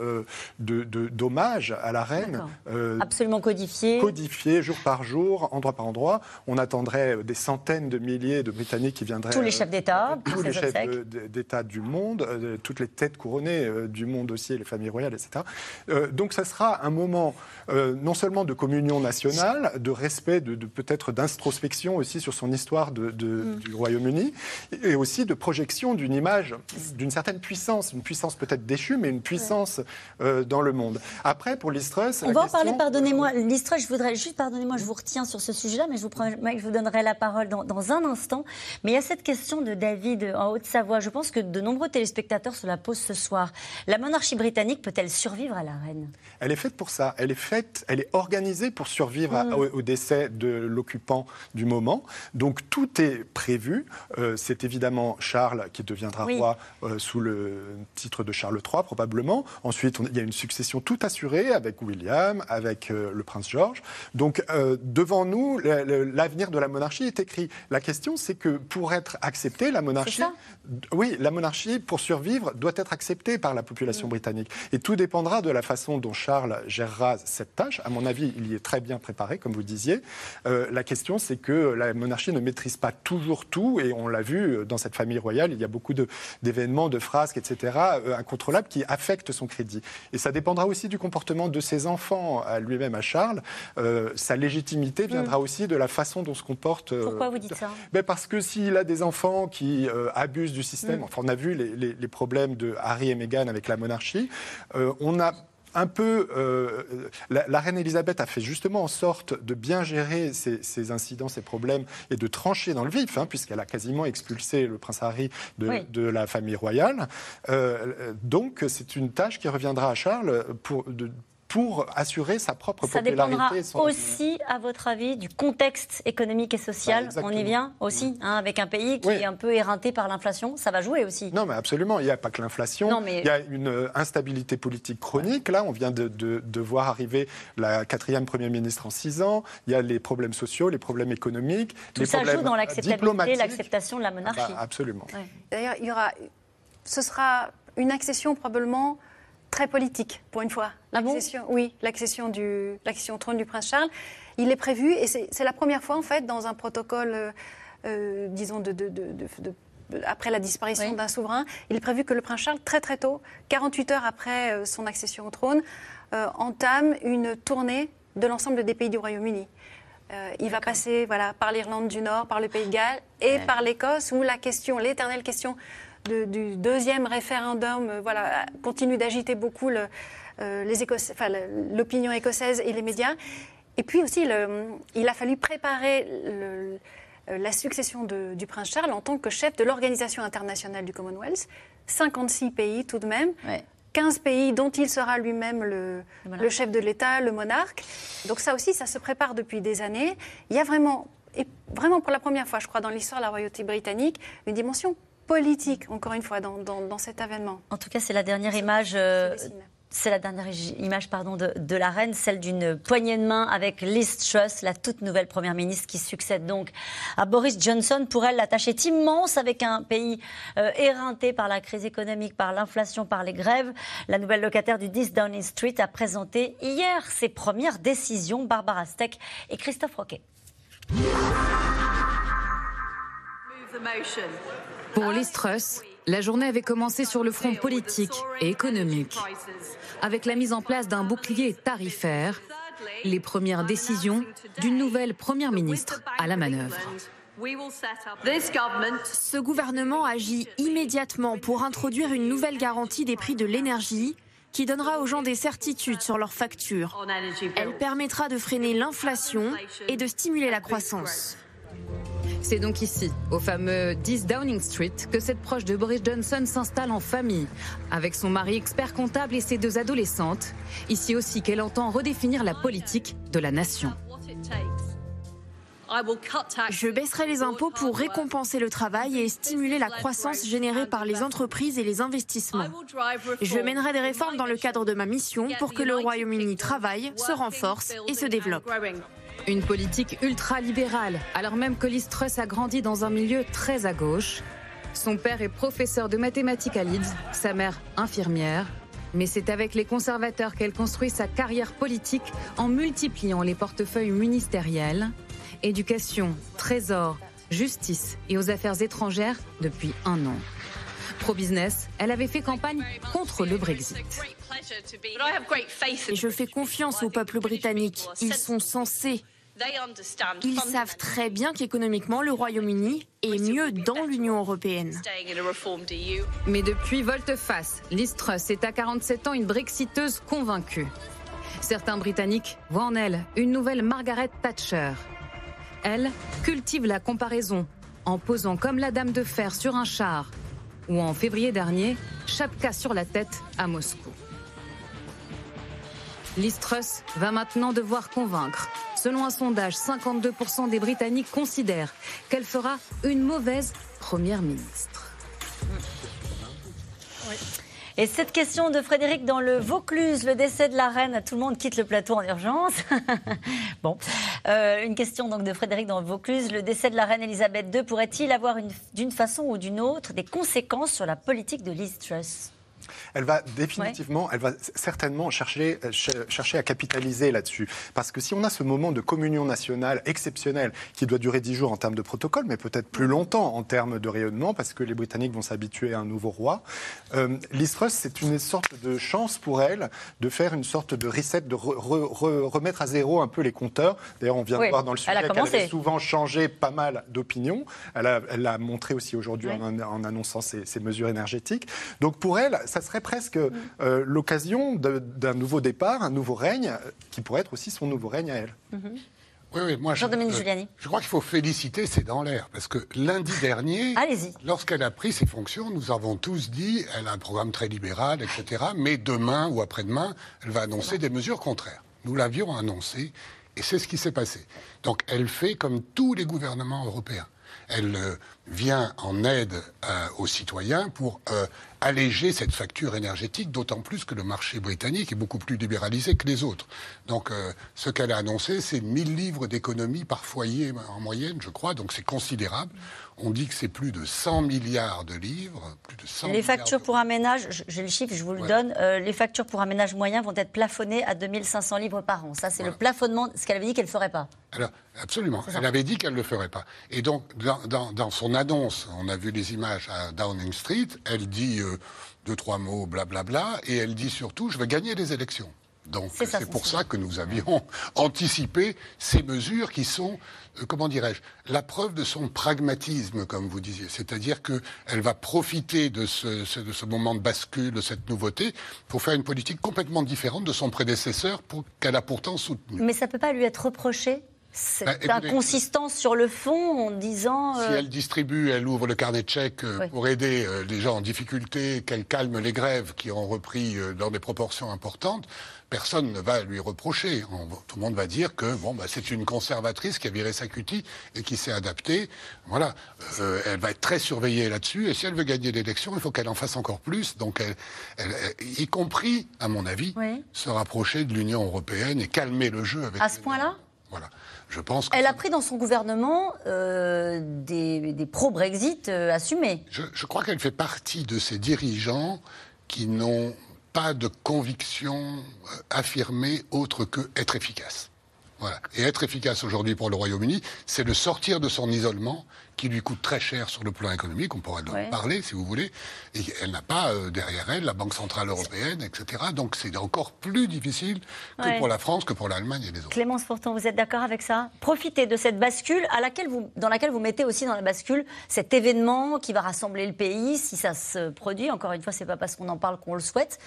d'hommage à la reine. Absolument codifié. Codifié jour par jour, endroit par endroit. On attendrait des centaines de milliers de Britanniques qui viendraient... Tous les chefs d'État. Tous les chefs d'État du monde. Toutes les têtes couronnées du monde aussi, les familles royales, etc. Donc ça sera un moment non seulement de communion nationale, de respect, de peut-être d'introspection aussi sur son histoire du Royaume-Uni, et aussi de projection d'une image, d'une certaine puissance, une puissance peut-être déchue, mais une puissance dans le monde. Après, pour Liz Truss... On va en parler, pardonnez-moi. Liz Truss, je voudrais juste, pardonnez-moi, je vous retiens sur ce sujet-là, mais je vous promets que je vous donnerai la parole dans un instant. Mais il y a cette question de David en Haute-Savoie. Je pense que de nombreux téléspectateurs se la posent ce soir. La monarchie britannique peut-elle survivre à la reine ? Elle est faite pour ça. Elle est organisée pour survivre au décès de l'occupant du moment. Donc tout est prévu. C'est évidemment Charles qui deviendra roi sous le titre de Charles III probablement. Ensuite, il y a une succession tout assurée avec William, avec le prince George. Donc devant nous, l'avenir de la monarchie est écrit. La question, c'est que pour être acceptée, la monarchie... la monarchie, pour survivre, doit être acceptée par la population britannique. Et tout dépendra de la façon dont Charles gérera cette tâche. À mon avis, il y est très bien préparé, comme vous disiez. La question, c'est que la monarchie ne maîtrise pas toujours tout, et on l'a vu dans cette famille royale, il y a beaucoup d'événements, de frasques, etc., incontrôlables, qui affectent son crédit. Et ça dépendra aussi du comportement de ses enfants, à lui-même, à Charles. Sa légitimité viendra aussi de la façon dont se comporte... Pourquoi vous dites ça ? Parce que s'il a des enfants qui abusent du système, enfin, on a vu les problèmes de Harry et Meghan avec la monarchie, on a un peu... la reine Elisabeth a fait justement en sorte de bien gérer ces incidents, ces problèmes, et de trancher dans le vif, puisqu'elle a quasiment expulsé le prince Harry de la famille royale. Donc c'est une tâche qui reviendra à Charles pour assurer sa propre popularité. Ça dépendra aussi, à votre avis, du contexte économique et social. On y vient aussi, avec un pays qui est un peu éreinté par l'inflation. Ça va jouer aussi. Non, mais absolument. Il n'y a pas que l'inflation. Il y a une instabilité politique chronique. Là, on vient de voir arriver la 4e Première ministre en 6 ans. Il y a les problèmes sociaux, les problèmes économiques, les problèmes diplomatiques. Tout ça joue dans l'acceptabilité, l'acceptation de la monarchie. Absolument. D'ailleurs, ce sera une accession probablement... très politique, pour une fois. L'accession au trône du prince Charles. Il est prévu, et c'est la première fois, en fait, dans un protocole, disons, après la disparition d'un souverain, il est prévu que le prince Charles, très très tôt, 48 heures après son accession au trône, entame une tournée de l'ensemble des pays du Royaume-Uni. Il va passer par l'Irlande du Nord, par le Pays de Galles et par l'Écosse, où l'éternelle question du deuxième référendum continue d'agiter beaucoup l'opinion écossaise et les médias. Et puis aussi, il a fallu préparer la succession du prince Charles en tant que chef de l'Organisation internationale du Commonwealth. 56 pays tout de même. 15 pays dont il sera lui-même le chef de l'État, le monarque. Donc ça aussi, ça se prépare depuis des années. Il y a vraiment pour la première fois, je crois, dans l'histoire de la royauté britannique, une dimension politique, encore une fois, dans cet événement. En tout cas, c'est la dernière image C'est la dernière image de la reine, celle d'une poignée de main avec Liz Truss, la toute nouvelle première ministre qui succède donc à Boris Johnson. Pour elle, la tâche est immense avec un pays éreinté par la crise économique, par l'inflation, par les grèves. La nouvelle locataire du 10 Downing Street a présenté hier ses premières décisions. Barbara Steck et Christophe Roquet. Pour Liz Truss, la journée avait commencé sur le front politique et économique, avec la mise en place d'un bouclier tarifaire, les premières décisions d'une nouvelle première ministre à la manœuvre. Ce gouvernement agit immédiatement pour introduire une nouvelle garantie des prix de l'énergie qui donnera aux gens des certitudes sur leurs factures. Elle permettra de freiner l'inflation et de stimuler la croissance. C'est donc ici, au fameux 10 Downing Street, que cette proche de Boris Johnson s'installe en famille, avec son mari expert comptable et ses 2 adolescentes. Ici aussi qu'elle entend redéfinir la politique de la nation. Je baisserai les impôts pour récompenser le travail et stimuler la croissance générée par les entreprises et les investissements. Je mènerai des réformes dans le cadre de ma mission pour que le Royaume-Uni travaille, se renforce et se développe. Une politique ultra-libérale, alors même que Liz Truss a grandi dans un milieu très à gauche. Son père est professeur de mathématiques à Leeds, sa mère infirmière. Mais c'est avec les conservateurs qu'elle construit sa carrière politique en multipliant les portefeuilles ministériels. Éducation, trésor, justice et aux affaires étrangères depuis 1 an. Pro-business, elle avait fait campagne contre le Brexit. Et je fais confiance au peuple britannique. Ils sont sensés. Ils savent très bien qu'économiquement, le Royaume-Uni est mieux dans l'Union européenne. Mais depuis volte-face, Liz Truss est à 47 ans une brexiteuse convaincue. Certains Britanniques voient en elle une nouvelle Margaret Thatcher. Elle cultive la comparaison en posant comme la dame de fer sur un char ou en février dernier, chapka sur la tête à Moscou. Liz Truss va maintenant devoir convaincre. Selon un sondage, 52% des Britanniques considèrent qu'elle fera une mauvaise première ministre. Oui. Et cette question de Frédéric dans le Vaucluse, le décès de la reine, tout le monde quitte le plateau en urgence. Bon, une question donc de Frédéric dans le Vaucluse, le décès de la reine Elisabeth II pourrait-il avoir d'une façon ou d'une autre des conséquences sur la politique de Liz Truss ? Elle va définitivement, elle va certainement chercher à capitaliser là-dessus. Parce que si on a ce moment de communion nationale exceptionnel qui doit durer 10 jours en termes de protocole, mais peut-être plus longtemps en termes de rayonnement, parce que les Britanniques vont s'habituer à un nouveau roi, Liz Truss, c'est une sorte de chance pour elle de faire une sorte de reset, de remettre à zéro un peu les compteurs. D'ailleurs, on vient de voir dans le sujet qu'elle avait souvent changé pas mal d'opinion. Elle l'a montré aussi aujourd'hui en annonçant ses mesures énergétiques. Donc pour elle, ça serait presque l'occasion d'un nouveau départ, un nouveau règne, qui pourrait être aussi son nouveau règne à elle. Oui, moi je crois qu'il faut féliciter, c'est dans l'air, parce que lundi dernier, lorsqu'elle a pris ses fonctions, nous avons tous dit, elle a un programme très libéral, etc., mais demain ou après-demain, elle va annoncer des mesures contraires. Nous l'avions annoncé, et c'est ce qui s'est passé. Donc elle fait comme tous les gouvernements européens. Elle vient en aide aux citoyens pour alléger cette facture énergétique, d'autant plus que le marché britannique est beaucoup plus libéralisé que les autres. Donc ce qu'elle a annoncé, c'est 1000 livres d'économie par foyer en moyenne, je crois, donc c'est considérable. On dit que c'est plus de 100 milliards de livres. Plus de 100 les factures pour un ménage, j'ai le chiffre, je vous le donne, les factures pour un ménage moyen vont être plafonnées à 2500 livres par an. Ça, c'est le plafonnement, ce qu'elle avait dit qu'elle ne ferait pas. Alors, absolument, elle avait dit qu'elle ne le ferait pas. Et donc, dans son annonce, on a vu les images à Downing Street, elle dit 2-3 mots, blablabla, et elle dit surtout, je vais gagner les élections. Donc c'est pour ça que nous avions anticipé ces mesures qui sont, comment dirais-je, la preuve de son pragmatisme, comme vous disiez. C'est-à-dire qu'elle va profiter de ce moment de bascule, de cette nouveauté, pour faire une politique complètement différente de son prédécesseur qu'elle a pourtant soutenu. Mais ça ne peut pas lui être reproché cette inconsistance sur le fond en disant... Si elle distribue, elle ouvre le carnet de chèques pour aider les gens en difficulté, qu'elle calme les grèves qui ont repris dans des proportions importantes, personne ne va lui reprocher. Tout le monde va dire que c'est une conservatrice qui a viré sa cutie et qui s'est adaptée. Voilà. Elle va être très surveillée là-dessus. Et si elle veut gagner l'élection, il faut qu'elle en fasse encore plus. Donc, elle, y compris, à mon avis, se rapprocher de l'Union européenne et calmer le jeu avec... À ce point-là ? Voilà. Je pense elle a pris dans son gouvernement des pro-Brexit assumés. Je crois qu'elle fait partie de ces dirigeants qui n'ont pas de conviction affirmée autre que être efficace. Voilà. Et être efficace aujourd'hui pour le Royaume-Uni, c'est de sortir de son isolement, qui lui coûte très cher sur le plan économique, on pourrait en parler si vous voulez, et elle n'a pas derrière elle la Banque Centrale Européenne, etc. Donc c'est encore plus difficile que pour la France, que pour l'Allemagne et les autres. Clémence Forton, vous êtes d'accord avec ça ? Profitez de cette bascule dans laquelle vous mettez aussi dans la bascule cet événement qui va rassembler le pays, si ça se produit. Encore une fois, c'est pas parce qu'on en parle qu'on le souhaite,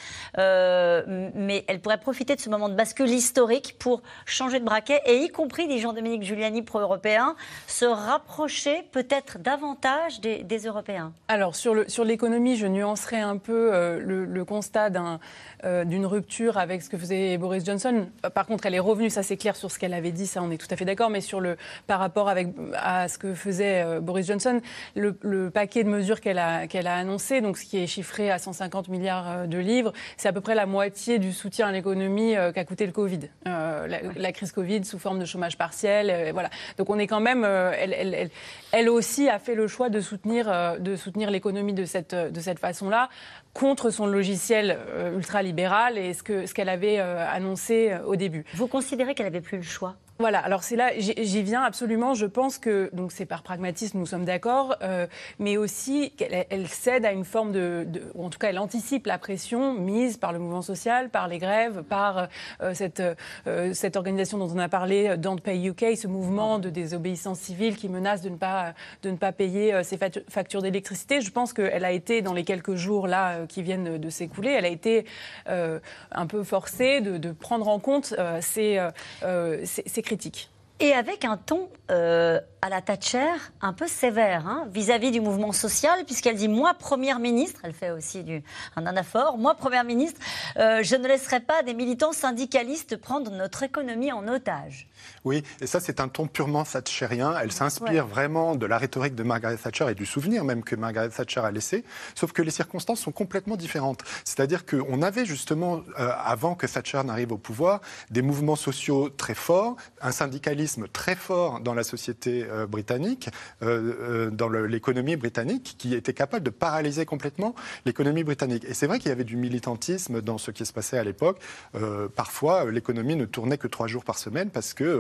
mais elle pourrait profiter de ce moment de bascule historique pour changer de braquet et y compris, dit Jean-Dominique Giuliani, pro-européen, se rapprocher peut-être davantage des Européens. Alors, sur l'économie, je nuancerais un peu le constat d'une rupture avec ce que faisait Boris Johnson. Par contre, elle est revenue, ça c'est clair, sur ce qu'elle avait dit, ça on est tout à fait d'accord, mais par rapport à ce que faisait Boris Johnson, le paquet de mesures qu'elle a annoncé, donc ce qui est chiffré à 150 milliards de livres, c'est à peu près la moitié du soutien à l'économie qu'a coûté le Covid. La crise Covid sous forme de chômage partiel, voilà. Donc on est quand même... Elle aussi a fait le choix de soutenir l'économie de cette façon-là, contre son logiciel ultralibéral et ce qu'elle avait annoncé au début. Vous considérez qu'elle n'avait plus le choix ? Voilà, alors c'est là, j'y viens absolument. Je pense que, donc c'est par pragmatisme, nous sommes d'accord, mais aussi qu'elle cède à une forme ou en tout cas elle anticipe la pression mise par le mouvement social, par les grèves, par cette organisation dont on a parlé, Don't Pay UK, ce mouvement de désobéissance civile qui menace de ne pas payer ses factures d'électricité. Je pense qu'elle a été, dans les quelques jours là qui viennent de s'écouler, elle a été un peu forcée de prendre en compte ces critiques. Et avec un ton à la Thatcher un peu sévère vis-à-vis du mouvement social, puisqu'elle dit « Moi, Première ministre », elle fait aussi un anaphore, « Moi, Première ministre, je ne laisserai pas des militants syndicalistes prendre notre économie en otage ». Oui, et ça c'est un ton purement thatcherien. Elle s'inspire vraiment de la rhétorique de Margaret Thatcher et du souvenir même que Margaret Thatcher a laissé, sauf que les circonstances sont complètement différentes. C'est-à-dire qu'on avait justement, avant que Thatcher n'arrive au pouvoir, des mouvements sociaux très forts, un syndicalisme très fort dans la société britannique, dans l'économie britannique, qui était capable de paralyser complètement l'économie britannique. Et c'est vrai qu'il y avait du militantisme dans ce qui se passait à l'époque. Parfois, l'économie ne tournait que 3 jours par semaine parce que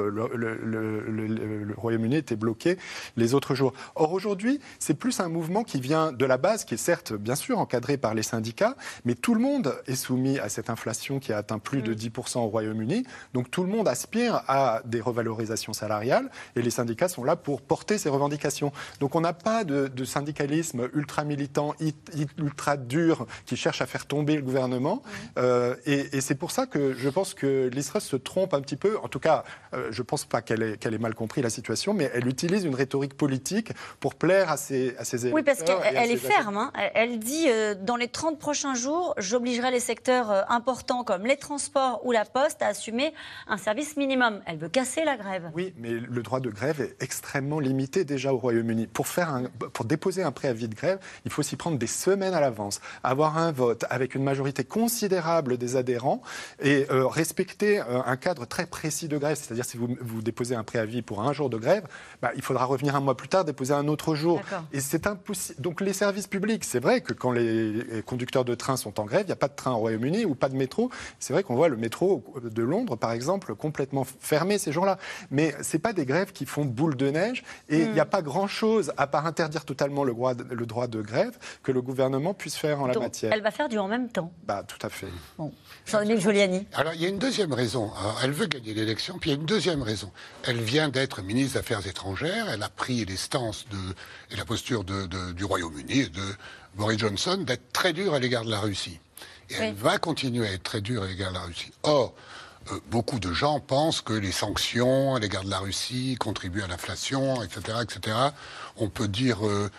le Royaume-Uni était bloqué les autres jours. Or, aujourd'hui, c'est plus un mouvement qui vient de la base, qui est certes, bien sûr, encadré par les syndicats, mais tout le monde est soumis à cette inflation qui a atteint plus de 10% au Royaume-Uni. Donc, tout le monde aspire à des revalorisations salariales et les syndicats sont là pour porter ces revendications. Donc, on n'a pas de syndicalisme ultra-militant, ultra-dur qui cherche à faire tomber le gouvernement. Et c'est pour ça que je pense que Liz Truss se trompe un petit peu. En tout cas, je ne pense pas qu'elle ait mal compris la situation, mais elle utilise une rhétorique politique pour plaire à ses électeurs. Oui, parce qu'elle est ferme. Elle dit dans les 30 prochains jours, j'obligerai les secteurs importants comme les transports ou la poste à assumer un service minimum. Elle veut casser la grève. Oui, mais le droit de grève est extrêmement limité déjà au Royaume-Uni. Pour déposer un préavis de grève, il faut s'y prendre des semaines à l'avance, avoir un vote avec une majorité considérable des adhérents et respecter un cadre très précis de grève. C'est-à-dire si vous déposez un préavis pour un jour de grève, il faudra revenir un mois plus tard, déposer un autre jour. Et c'est impossible. Donc les services publics, c'est vrai que quand les conducteurs de train sont en grève, il n'y a pas de train au Royaume-Uni ou pas de métro. C'est vrai qu'on voit le métro de Londres, par exemple, complètement fermé ces jours-là. Mais ce n'est pas des grèves qui font boule de neige et il n'y a pas grand-chose, à part interdire totalement le droit de grève, que le gouvernement puisse faire en la matière. Elle va faire du en même temps. Tout à fait. Bon. Jean-Dominique Giuliani. Alors, il y a une deuxième raison. Alors, elle veut gagner l'élection, puis il y a une deuxième raison. Elle vient d'être ministre des Affaires étrangères. Elle a pris les stances et la posture du Royaume-Uni et de Boris Johnson d'être très dure à l'égard de la Russie. Et elle va continuer à être très dure à l'égard de la Russie. Or, beaucoup de gens pensent que les sanctions à l'égard de la Russie contribuent à l'inflation, etc., etc. On peut dire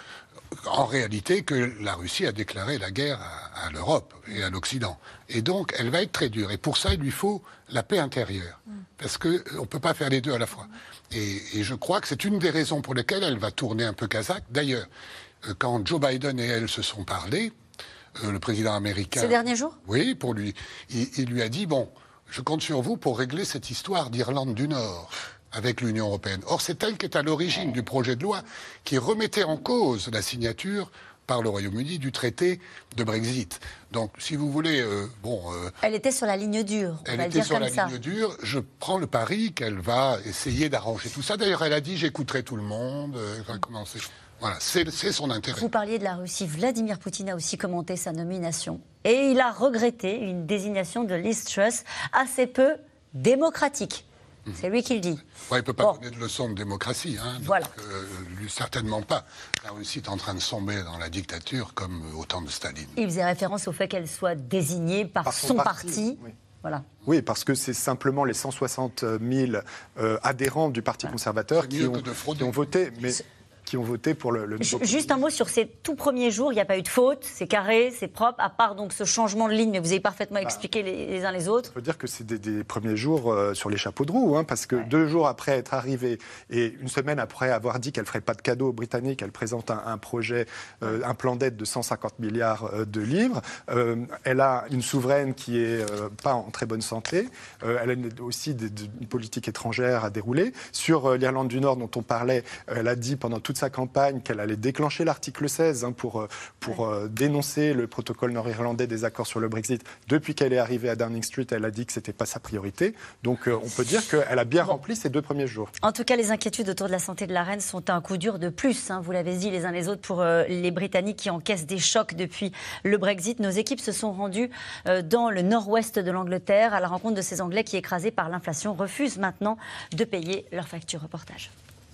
en réalité que la Russie a déclaré la guerre à l'Europe et à l'Occident. Et donc, elle va être très dure. Et pour ça, il lui faut la paix intérieure. Parce qu'on ne peut pas faire les deux à la fois. Et je crois que c'est une des raisons pour lesquelles elle va tourner un peu kazakh. D'ailleurs, quand Joe Biden et elle se sont parlé, le président américain... Ces derniers jours ? Oui, pour lui. Il lui a dit, bon, je compte sur vous pour régler cette histoire d'Irlande du Nord avec l'Union européenne. Or, c'est elle qui est à l'origine du projet de loi qui remettait en cause la signature par le Royaume-Uni du traité de Brexit. Donc, si vous voulez, elle était sur la ligne dure, on va le dire comme ça. Elle était sur la ligne dure. Je prends le pari qu'elle va essayer d'arranger tout ça. D'ailleurs, elle a dit, j'écouterai tout le monde. Voilà, c'est son intérêt. Vous parliez de la Russie. Vladimir Poutine a aussi commenté sa nomination. Et il a regretté une désignation de Liz Truss assez peu démocratique. C'est lui qui le dit. Ouais, il ne peut pas donner de leçons de démocratie. Voilà. Lui, certainement pas. La Russie est en train de sombrer dans la dictature comme au temps de Staline. Il faisait référence au fait qu'elle soit désignée par son parti. Oui. Voilà. Oui, parce que c'est simplement les 160 000 adhérents du Parti conservateur qui ont voté. Mais... qui ont voté pour le Juste un mot sur ces tout premiers jours, il n'y a pas eu de faute, c'est carré, c'est propre, à part donc ce changement de ligne, mais vous avez parfaitement expliqué les uns les autres. On peut dire que c'est des premiers jours sur les chapeaux de roue, parce que 2 jours après être arrivée et une semaine après avoir dit qu'elle ne ferait pas de cadeaux aux Britanniques, elle présente un projet, un plan d'aide de 150 milliards de livres. Elle a une souveraine qui n'est pas en très bonne santé. Elle a aussi une politique étrangère à dérouler. Sur l'Irlande du Nord dont on parlait, elle a dit pendant toute sa campagne qu'elle allait déclencher l'article 16 pour dénoncer le protocole nord-irlandais des accords sur le Brexit. Depuis qu'elle est arrivée à Downing Street, elle a dit que ce n'était pas sa priorité. Donc on peut dire qu'elle a bien rempli ses 2 premiers jours. En tout cas, les inquiétudes autour de la santé de la reine sont un coup dur de plus. Vous l'avez dit les uns les autres pour les Britanniques qui encaissent des chocs depuis le Brexit. Nos équipes se sont rendues dans le nord-ouest de l'Angleterre à la rencontre de ces Anglais qui, écrasés par l'inflation, refusent maintenant de payer leurs factures. Reportage.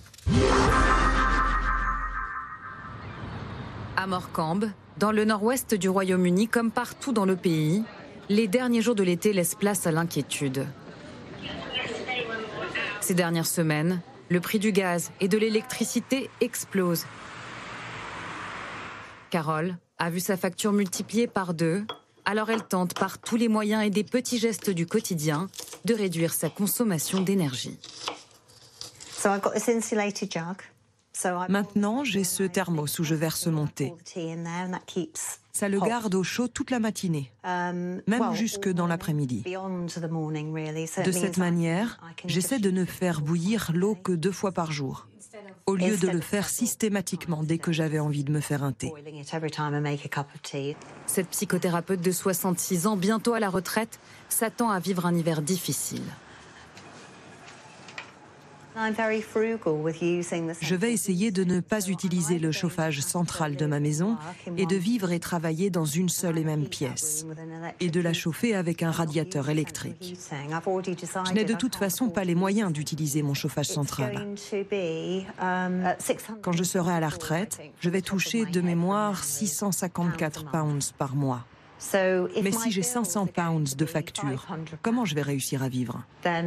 À Morecambe, dans le nord-ouest du Royaume-Uni, comme partout dans le pays, les derniers jours de l'été laissent place à l'inquiétude. Ces dernières semaines, le prix du gaz et de l'électricité explose. Carole a vu sa facture multipliée par 2, alors elle tente par tous les moyens et des petits gestes du quotidien de réduire sa consommation d'énergie. Maintenant, j'ai ce thermos où je verse mon thé. Ça le garde au chaud toute la matinée, même jusque dans l'après-midi. De cette manière, j'essaie de ne faire bouillir l'eau que 2 fois par jour, au lieu de le faire systématiquement dès que j'avais envie de me faire un thé. Cette psychothérapeute de 66 ans, bientôt à la retraite, s'attend à vivre un hiver difficile. Je vais essayer de ne pas utiliser le chauffage central de ma maison et de vivre et travailler dans une seule et même pièce et de la chauffer avec un radiateur électrique. Je n'ai de toute façon pas les moyens d'utiliser mon chauffage central. Quand je serai à la retraite, je vais toucher de mémoire 654 pounds par mois. Mais si j'ai 500 pounds de facture, comment je vais réussir à vivre ?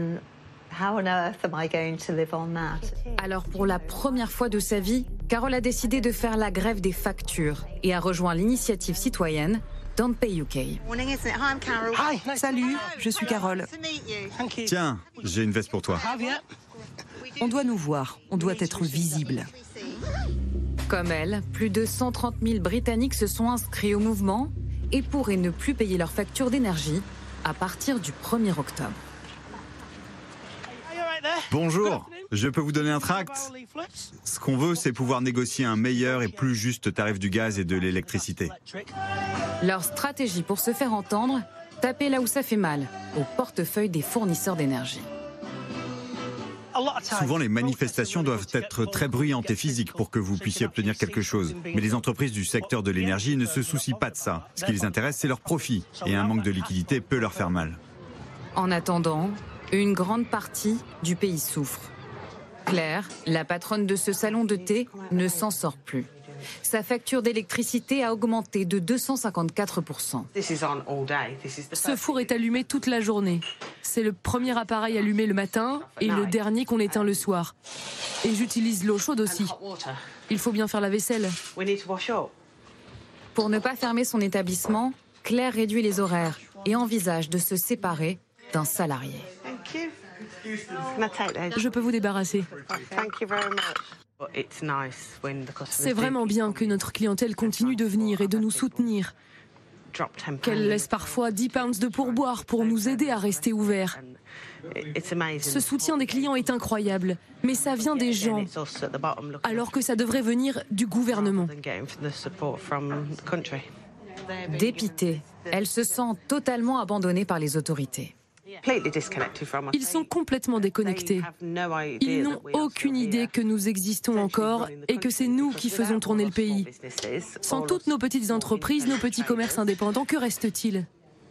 Alors pour la première fois de sa vie, Carole a décidé de faire la grève des factures et a rejoint l'initiative citoyenne Don't Pay UK. Salut, je suis Carole. Tiens, j'ai une veste pour toi. On doit nous voir, on doit être visible. Comme elle, plus de 130 000 Britanniques se sont inscrits au mouvement et pourraient ne plus payer leurs factures d'énergie à partir du 1er octobre. Bonjour, je peux vous donner un tract ? Ce qu'on veut, c'est pouvoir négocier un meilleur et plus juste tarif du gaz et de l'électricité. Leur stratégie pour se faire entendre, taper là où ça fait mal, au portefeuille des fournisseurs d'énergie. Souvent, les manifestations doivent être très bruyantes et physiques pour que vous puissiez obtenir quelque chose. Mais les entreprises du secteur de l'énergie ne se soucient pas de ça. Ce qui les intéresse, c'est leur profit. Et un manque de liquidité peut leur faire mal. En attendant, une grande partie du pays souffre. Claire, la patronne de ce salon de thé, ne s'en sort plus. Sa facture d'électricité a augmenté de 254%. Ce four est allumé toute la journée. C'est le premier appareil allumé le matin et le dernier qu'on éteint le soir. Et j'utilise l'eau chaude aussi. Il faut bien faire la vaisselle. Pour ne pas fermer son établissement, Claire réduit les horaires et envisage de se séparer d'un salarié. Je peux vous débarrasser. C'est vraiment bien que notre clientèle continue de venir et de nous soutenir. Qu'elle laisse parfois 10 pounds de pourboire pour nous aider à rester ouverts. Ce soutien des clients est incroyable, mais ça vient des gens, alors que ça devrait venir du gouvernement. Dépitée, elle se sent totalement abandonnée par les autorités. Ils sont complètement déconnectés. Ils n'ont aucune idée que nous existons encore et que c'est nous qui faisons tourner le pays. Sans toutes nos petites entreprises, nos petits commerces indépendants, que reste-t-il?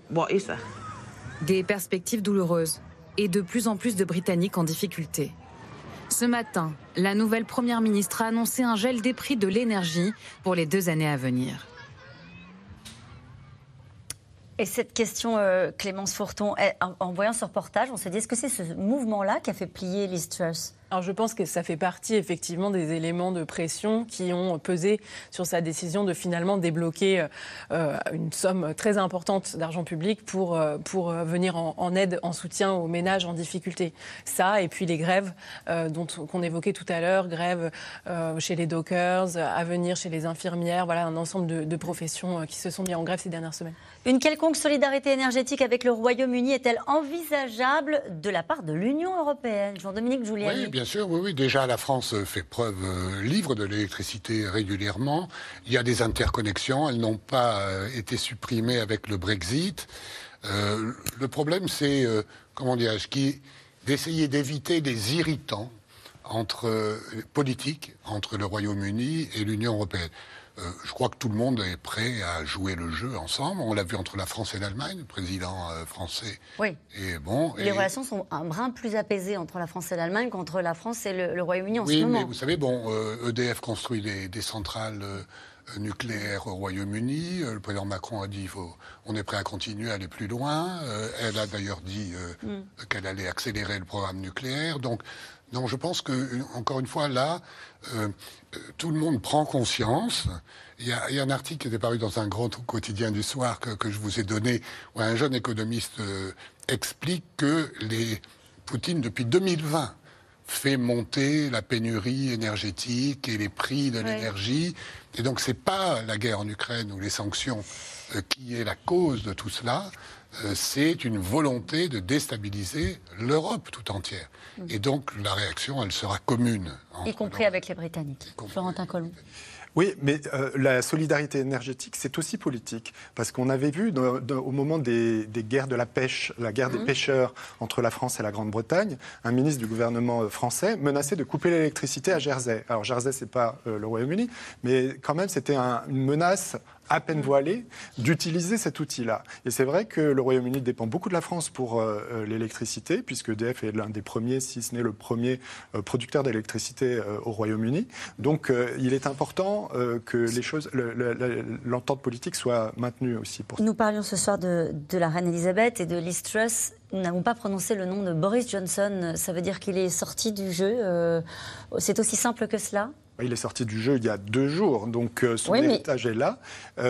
Des perspectives douloureuses et de plus en plus de Britanniques en difficulté. Ce matin, la nouvelle première ministre a annoncé un gel des prix de l'énergie pour les 2 années à venir. Et cette question, Clémence Fourton, en voyant ce reportage, on s'est dit, est-ce que c'est ce mouvement-là qui a fait plier Liz Truss? Alors je pense que ça fait partie effectivement des éléments de pression qui ont pesé sur sa décision de finalement débloquer une somme très importante d'argent public pour venir en aide, en soutien aux ménages en difficulté. Ça, et puis les grèves qu'on évoquait tout à l'heure, grèves chez les dockers, à venir chez les infirmières, voilà un ensemble de professions qui se sont mis en grève ces dernières semaines. Une quelconque solidarité énergétique avec le Royaume-Uni est-elle envisageable de la part de l'Union européenne? Jean-Dominique Giuliani. Oui, bien sûr, oui. Déjà, la France fait preuve, livre de l'électricité régulièrement. Il y a des interconnexions, elles n'ont pas été supprimées avec le Brexit. Le problème, c'est, d'essayer d'éviter des irritants politiques entre le Royaume-Uni et l'Union européenne. Je crois que tout le monde est prêt à jouer le jeu ensemble. On l'a vu entre la France et l'Allemagne, le président français. Oui. Les relations sont un brin plus apaisées entre la France et l'Allemagne qu'entre la France et le Royaume-Uni en ce moment. Oui, mais vous savez, EDF construit des centrales nucléaires au Royaume-Uni. Le président Macron a dit on est prêt à continuer à aller plus loin. Elle a d'ailleurs dit qu'elle allait accélérer le programme nucléaire. Donc, je pense que, encore une fois, là, tout le monde prend conscience. Il y a un article qui était paru dans un grand quotidien du soir que je vous ai donné, où un jeune économiste explique que Poutine, depuis 2020, fait monter la pénurie énergétique et les prix de l'énergie. Et donc, c'est pas la guerre en Ukraine ou les sanctions qui est la cause de tout cela. C'est une volonté de déstabiliser l'Europe tout entière. Et donc, la réaction, elle sera commune. Y compris avec les Britanniques. Florentin Colomb. Oui, mais la solidarité énergétique, c'est aussi politique. Parce qu'on avait vu, au moment des guerres de la pêche, la guerre des pêcheurs entre la France et la Grande-Bretagne, un ministre du gouvernement français menaçait de couper l'électricité à Jersey. Alors, Jersey, c'est pas le Royaume-Uni, mais quand même, c'était une menace à peine voilée d'utiliser cet outil-là. Et c'est vrai que le Royaume-Uni dépend beaucoup de la France pour l'électricité, puisque EDF est l'un des premiers, si ce n'est le premier producteur d'électricité au Royaume-Uni. Donc il est important que les choses, l'entente politique soit maintenue aussi. Nous parlions ce soir de la reine Elisabeth et de Liz Truss. Nous n'avons pas prononcé le nom de Boris Johnson. Ça veut dire qu'il est sorti du jeu. C'est aussi simple que cela ? Il est sorti du jeu il y a 2 jours, donc son héritage est là.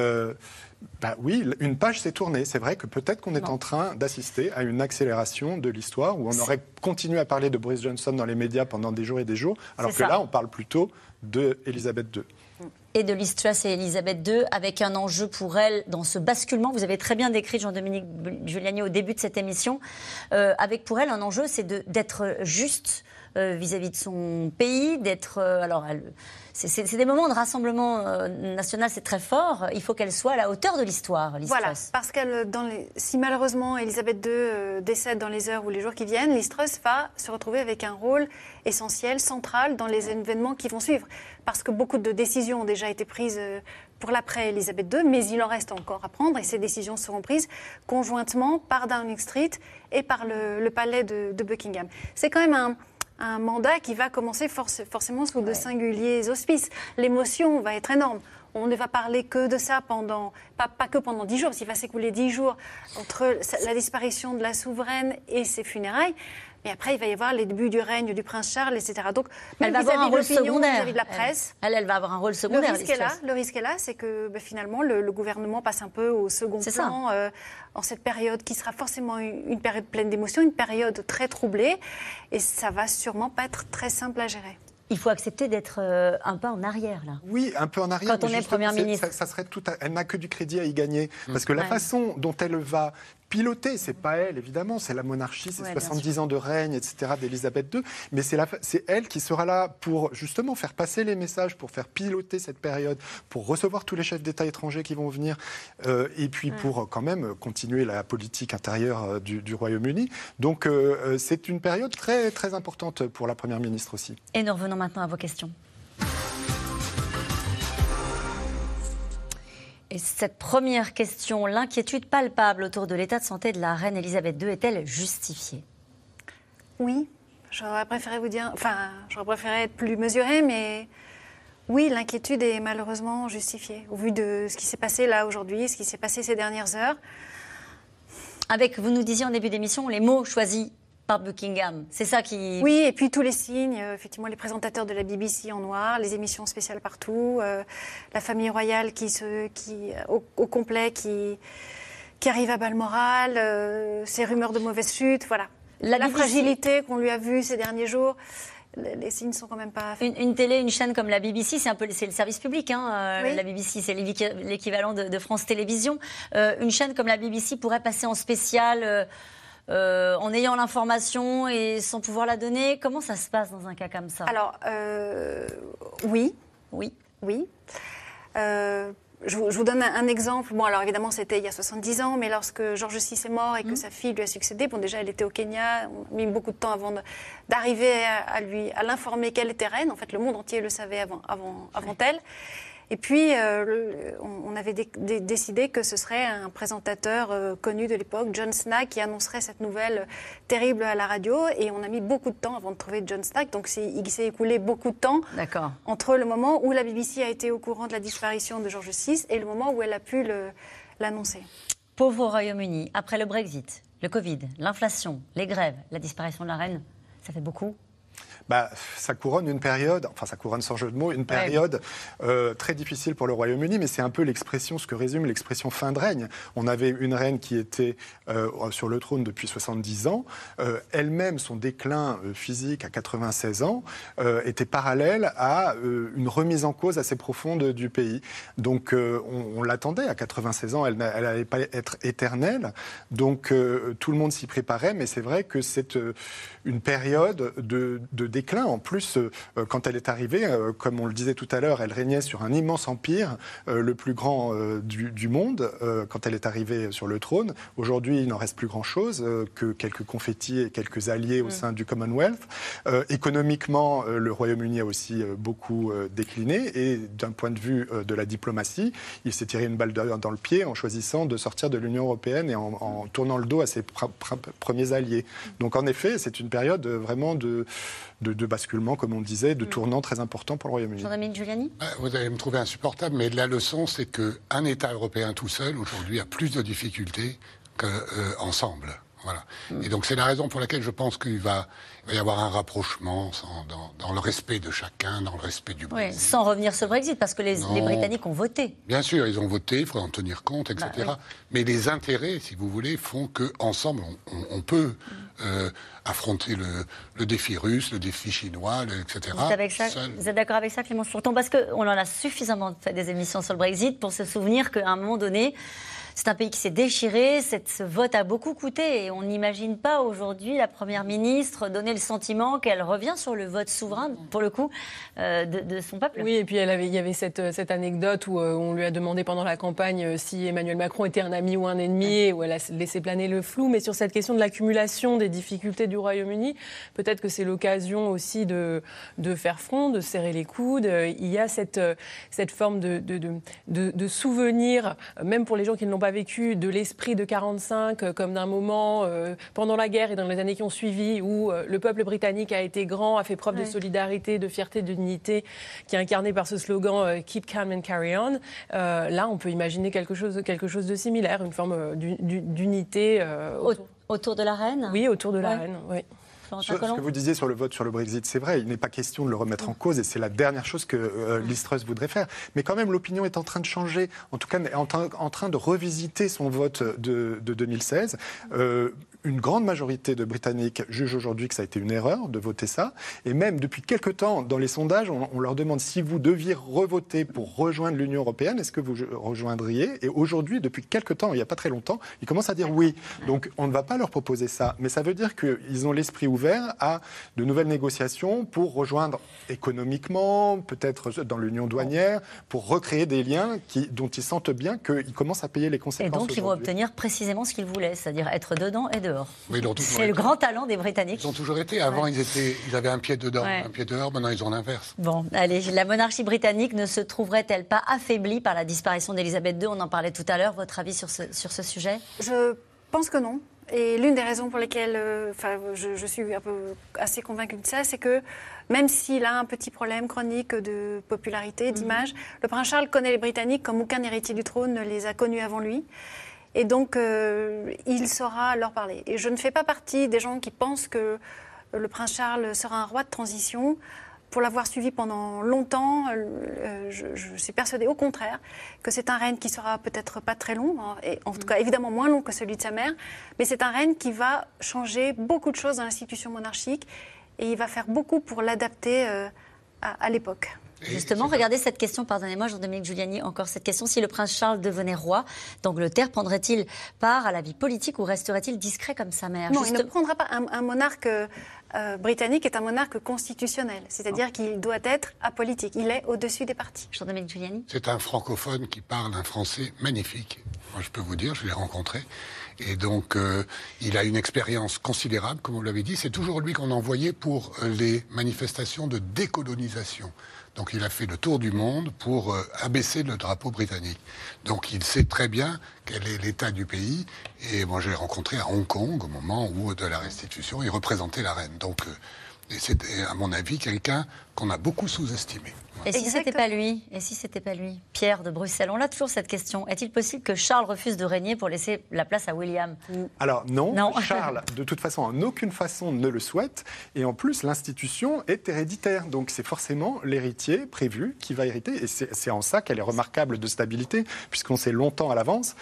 Oui, une page s'est tournée. C'est vrai que peut-être qu'on est en train d'assister à une accélération de l'histoire où on aurait continué à parler de Boris Johnson dans les médias pendant des jours et des jours, alors que là, on parle plutôt d'Elisabeth II. Et de Liz Truss et Elisabeth II, avec un enjeu pour elle dans ce basculement. Vous avez très bien décrit, Jean-Dominique Giuliani, au début de cette émission. Avec pour elle, un enjeu, c'est d'être juste vis-à-vis de son pays, d'être... c'est des moments de rassemblement national, c'est très fort. Il faut qu'elle soit à la hauteur de l'histoire, Liz Truss. Parce que si malheureusement Elisabeth II décède dans les heures ou les jours qui viennent, Liz Truss va se retrouver avec un rôle essentiel, central dans les événements qui vont suivre. Parce que beaucoup de décisions ont déjà été prises pour l'après Elisabeth II, mais il en reste encore à prendre et ces décisions seront prises conjointement par Downing Street et par le palais de Buckingham. C'est quand même un mandat qui va commencer forcément sous de singuliers auspices. L'émotion va être énorme. On ne va parler que de ça pas que pendant 10 jours, parce qu'il va s'écouler 10 jours entre la disparition de la souveraine et ses funérailles. Mais après, il va y avoir les débuts du règne du prince Charles, etc. Donc, elle va avoir un rôle secondaire. Vis-à-vis de la presse. Elle va avoir un rôle secondaire. Le risque est là, c'est que finalement, le gouvernement passe un peu au second plan en cette période qui sera forcément une période pleine d'émotions, une période très troublée. Et ça va sûrement pas être très simple à gérer. Il faut accepter d'être un peu en arrière, là. Oui, un peu en arrière. Quand on est Première ministre. Ça serait elle n'a que du crédit à y gagner. Parce que la façon dont elle va piloter, c'est pas elle, évidemment, c'est la monarchie, c'est 70 ans de règne, etc., d'Élisabeth II, mais c'est elle qui sera là pour, justement, faire passer les messages, pour faire piloter cette période, pour recevoir tous les chefs d'État étrangers qui vont venir, et puis pour, quand même, continuer la politique intérieure du Royaume-Uni. Donc, c'est une période très, très importante pour la Première ministre aussi. Et nous revenons maintenant à vos questions. Et cette première question, l'inquiétude palpable autour de l'état de santé de la reine Elisabeth II est-elle justifiée? Oui, j'aurais préféré être plus mesurée, mais oui, l'inquiétude est malheureusement justifiée, au vu de ce qui s'est passé là aujourd'hui, ce qui s'est passé ces dernières heures. Avec, vous nous disiez en début d'émission, les mots choisis par Buckingham, c'est ça qui... Oui, et puis tous les signes, effectivement, les présentateurs de la BBC en noir, les émissions spéciales partout, la famille royale au complet qui arrive à Balmoral, ces rumeurs de mauvaise chute, voilà. La fragilité qu'on lui a vue ces derniers jours, les signes sont quand même pas... Une télé, une chaîne comme la BBC, c'est le service public, hein, oui. La BBC, c'est l'équivalent de France Télévisions. Une chaîne comme la BBC pourrait passer en spécial... en ayant l'information et sans pouvoir la donner. Comment ça se passe dans un cas comme ça? Alors, oui. Je vous donne un exemple. Bon, alors évidemment, c'était il y a 70 ans, mais lorsque George VI est mort et que sa fille lui a succédé, bon, déjà, elle était au Kenya, on a mis beaucoup de temps avant d'arriver à l'informer qu'elle était reine. En fait, le monde entier le savait avant elle. Et puis, on avait décidé que ce serait un présentateur connu de l'époque, John Snack, qui annoncerait cette nouvelle terrible à la radio. Et on a mis beaucoup de temps avant de trouver John Snack. Donc, il s'est écoulé beaucoup de temps entre le moment où la BBC a été au courant de la disparition de George VI et le moment où elle a pu l'annoncer. Pauvre Royaume-Uni, après le Brexit, le Covid, l'inflation, les grèves, la disparition de la reine, ça fait beaucoup? Ça couronne une période, enfin ça couronne sans jeu de mots, une période très difficile pour le Royaume-Uni, mais c'est un peu ce que résume l'expression fin de règne. On avait une reine qui était sur le trône depuis 70 ans. Elle-même, son déclin physique à 96 ans était parallèle à une remise en cause assez profonde du pays. Donc on l'attendait à 96 ans, elle n'allait pas être éternelle. Donc tout le monde s'y préparait, mais c'est vrai que c'est une période de déclin. En plus, quand elle est arrivée, comme on le disait tout à l'heure, elle régnait sur un immense empire, le plus grand du monde, quand elle est arrivée sur le trône. Aujourd'hui, il n'en reste plus grand-chose que quelques confettis et quelques alliés au sein du Commonwealth. Économiquement, le Royaume-Uni a aussi beaucoup décliné et d'un point de vue de la diplomatie, il s'est tiré une balle dans le pied en choisissant de sortir de l'Union européenne et en tournant le dos à ses premiers alliés. Donc en effet, c'est une période vraiment de basculement, comme on disait, de tournant très important pour le Royaume-Uni. Jean-Dominique Giuliani ? Vous allez me trouver insupportable, mais la leçon, c'est qu'un État européen tout seul, aujourd'hui, a plus de difficultés qu'ensemble. Voilà. Et donc c'est la raison pour laquelle je pense qu'il va y avoir un rapprochement dans le respect de chacun, dans le respect du Brexit. Oui, sans revenir sur le Brexit, parce que les Britanniques ont voté. Bien sûr, ils ont voté, il faut en tenir compte, etc. Oui. Mais les intérêts, si vous voulez, font qu'ensemble, on peut affronter le défi russe, le défi chinois, etc. Vous êtes d'accord avec ça, Clémence Fourton? Parce qu'on en a suffisamment fait des émissions sur le Brexit pour se souvenir qu'à un moment donné, c'est un pays qui s'est déchiré, ce vote a beaucoup coûté et on n'imagine pas aujourd'hui la Première ministre donner le sentiment qu'elle revient sur le vote souverain, pour le coup, de son peuple. Oui, et puis il y avait cette anecdote où on lui a demandé pendant la campagne si Emmanuel Macron était un ami ou un ennemi, où elle a laissé planer le flou. Mais sur cette question de l'accumulation des difficultés du Royaume-Uni, peut-être que c'est l'occasion aussi de faire front, de serrer les coudes. Il y a cette forme de souvenir, même pour les gens qui ne l'ont pas vécu de l'esprit de 45 comme d'un moment pendant la guerre et dans les années qui ont suivi où le peuple britannique a été grand, a fait preuve de solidarité, de fierté, de dignité, qui est incarné par ce slogan Keep calm and carry on. Là, on peut imaginer quelque chose de similaire, une forme d'unité autour de la reine. Oui, autour de la reine. Oui. Ce que vous disiez sur le vote sur le Brexit, c'est vrai, il n'est pas question de le remettre en cause et c'est la dernière chose que Liz Truss voudrait faire. Mais quand même, l'opinion est en train de changer, en tout cas en train de revisiter son vote de 2016. Une grande majorité de Britanniques jugent aujourd'hui que ça a été une erreur de voter ça. Et même depuis quelque temps, dans les sondages, on leur demande si vous deviez revoter pour rejoindre l'Union européenne, est-ce que vous rejoindriez ? Et aujourd'hui, depuis quelque temps, il n'y a pas très longtemps, ils commencent à dire oui. Donc on ne va pas leur proposer ça. Mais ça veut dire qu'ils ont l'esprit ouvert à de nouvelles négociations pour rejoindre économiquement, peut-être dans l'Union douanière, pour recréer des liens dont ils sentent bien qu'ils commencent à payer les conséquences. Et donc ils vont obtenir précisément ce qu'ils voulaient, c'est-à-dire être dedans et dehors. Oui, c'est le grand talent des Britanniques. Ils ont toujours été. Avant, ils avaient un pied dedans, un pied dehors. Maintenant, ils ont l'inverse. Bon, allez, la monarchie britannique ne se trouverait-elle pas affaiblie par la disparition d'Elisabeth II ? On en parlait tout à l'heure. Votre avis sur ce sujet ? Je pense que non. Et l'une des raisons pour lesquelles je suis assez convaincue de ça, c'est que même s'il a un petit problème chronique de popularité, d'image, le prince Charles connaît les Britanniques comme aucun héritier du trône ne les a connus avant lui. Et donc, il saura leur parler. Et je ne fais pas partie des gens qui pensent que le prince Charles sera un roi de transition. Pour l'avoir suivi pendant longtemps, je suis persuadée au contraire que c'est un règne qui sera peut-être pas très long, et en tout cas évidemment moins long que celui de sa mère, mais c'est un règne qui va changer beaucoup de choses dans l'institution monarchique et il va faire beaucoup pour l'adapter à l'époque. Justement, regardez cette question, pardonnez-moi Jean-Dominique Giuliani, encore cette question. Si le prince Charles devenait roi d'Angleterre, prendrait-il part à la vie politique ou resterait-il discret comme sa mère ? Non, il ne prendra pas. Un monarque britannique est un monarque constitutionnel, c'est-à-dire qu'il doit être apolitique. Il est au-dessus des partis. Jean-Dominique Giuliani ? C'est un francophone qui parle un français magnifique. Moi, je peux vous dire, je l'ai rencontré. Et donc, il a une expérience considérable, comme vous l'avez dit. C'est toujours lui qu'on envoyait pour les manifestations de décolonisation. Donc il a fait le tour du monde pour abaisser le drapeau britannique. Donc il sait très bien quel est l'état du pays. Et moi je l'ai rencontré à Hong Kong au moment où de la restitution, il représentait la reine. Donc c'était à mon avis quelqu'un qu'on a beaucoup sous-estimé. Et si c'était pas lui ? Et si c'était pas lui ? Pierre de Bruxelles, on a toujours cette question. Est-il possible que Charles refuse de régner pour laisser la place à William ? Alors non. Charles, de toute façon, en aucune façon ne le souhaite. Et en plus, l'institution est héréditaire. Donc c'est forcément l'héritier prévu qui va hériter. Et c'est en ça qu'elle est remarquable de stabilité, puisqu'on sait longtemps à l'avance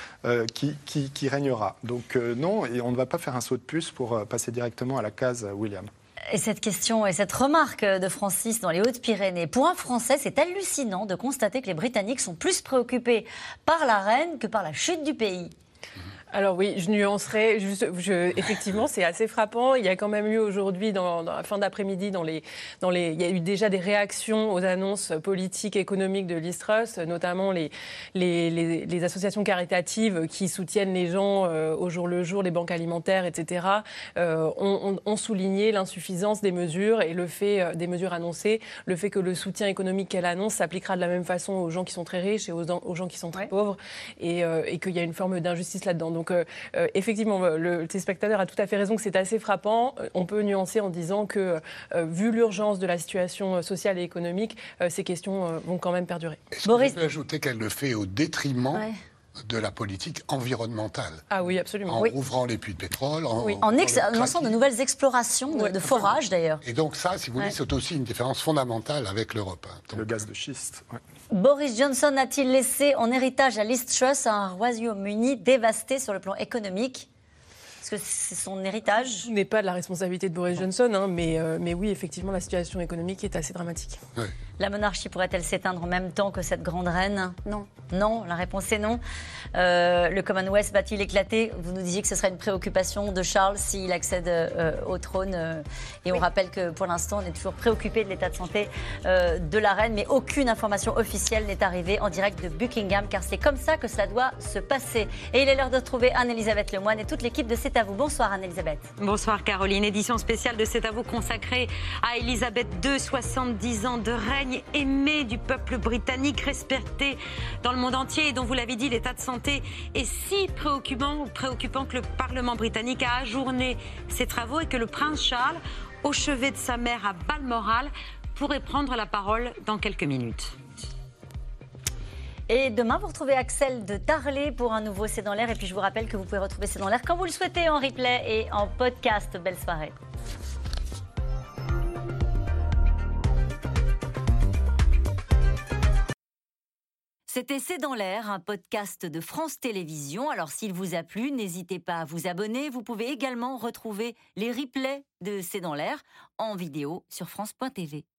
qui régnera. Donc non, et on ne va pas faire un saut de puce pour passer directement à la case William. Et cette question et cette remarque de Francis dans les Hautes-Pyrénées. Pour un Français, c'est hallucinant de constater que les Britanniques sont plus préoccupés par la reine que par la chute du pays. Alors oui, je nuancerai. Effectivement, c'est assez frappant. Il y a quand même eu aujourd'hui, dans la fin d'après-midi, il y a eu déjà des réactions aux annonces politiques et économiques de Liz Truss, notamment les associations caritatives qui soutiennent les gens au jour le jour, les banques alimentaires, etc., ont souligné l'insuffisance des mesures et le fait des mesures annoncées, le fait que le soutien économique qu'elle annonce s'appliquera de la même façon aux gens qui sont très riches et aux gens qui sont très pauvres, et qu'il y a une forme d'injustice là-dedans. Donc effectivement, le téléspectateur a tout à fait raison que c'est assez frappant. On peut nuancer en disant que, vu l'urgence de la situation sociale et économique, ces questions vont quand même perdurer. Est-ce que je peux ajouter qu'elle le fait au détriment de la politique environnementale. Ah oui, absolument. En ouvrant les puits de pétrole. En lançant de nouvelles explorations de forages, d'ailleurs. Et donc ça, si vous voulez, c'est aussi une différence fondamentale avec l'Europe. Le gaz de schiste. Boris Johnson a-t-il laissé en héritage à Liz Truss un Royaume-Uni dévasté sur le plan économique ? Est-ce que c'est son héritage ? Ce n'est pas de la responsabilité de Boris Johnson, mais oui, effectivement, la situation économique est assez dramatique. Oui. La monarchie pourrait-elle s'éteindre en même temps que cette grande reine ? Non. Non, la réponse est non. Le Commonwealth va-t-il éclater ? Vous nous disiez que ce serait une préoccupation de Charles s'il accède au trône. Et on rappelle que pour l'instant, on est toujours préoccupé de l'état de santé de la reine, mais aucune information officielle n'est arrivée en direct de Buckingham, car c'est comme ça que ça doit se passer. Et il est l'heure de retrouver Anne-Elisabeth Lemoine et toute l'équipe de C'est à vous. Bonsoir Anne-Elisabeth. Bonsoir Caroline. Édition spéciale de C'est à vous consacrée à Elisabeth II, 70 ans de règne. Grande-Bretagne, aimée du peuple britannique, respectée dans le monde entier et dont, vous l'avez dit, l'état de santé est si préoccupant que le Parlement britannique a ajourné ses travaux et que le prince Charles, au chevet de sa mère à Balmoral, pourrait prendre la parole dans quelques minutes. Et demain, vous retrouvez Axel de Darlé pour un nouveau C'est dans l'air. Et puis, je vous rappelle que vous pouvez retrouver C'est dans l'air quand vous le souhaitez en replay et en podcast. Belle soirée. C'était C'est dans l'air, un podcast de France Télévisions. Alors, s'il vous a plu, n'hésitez pas à vous abonner. Vous pouvez également retrouver les replays de C'est dans l'air en vidéo sur France.tv.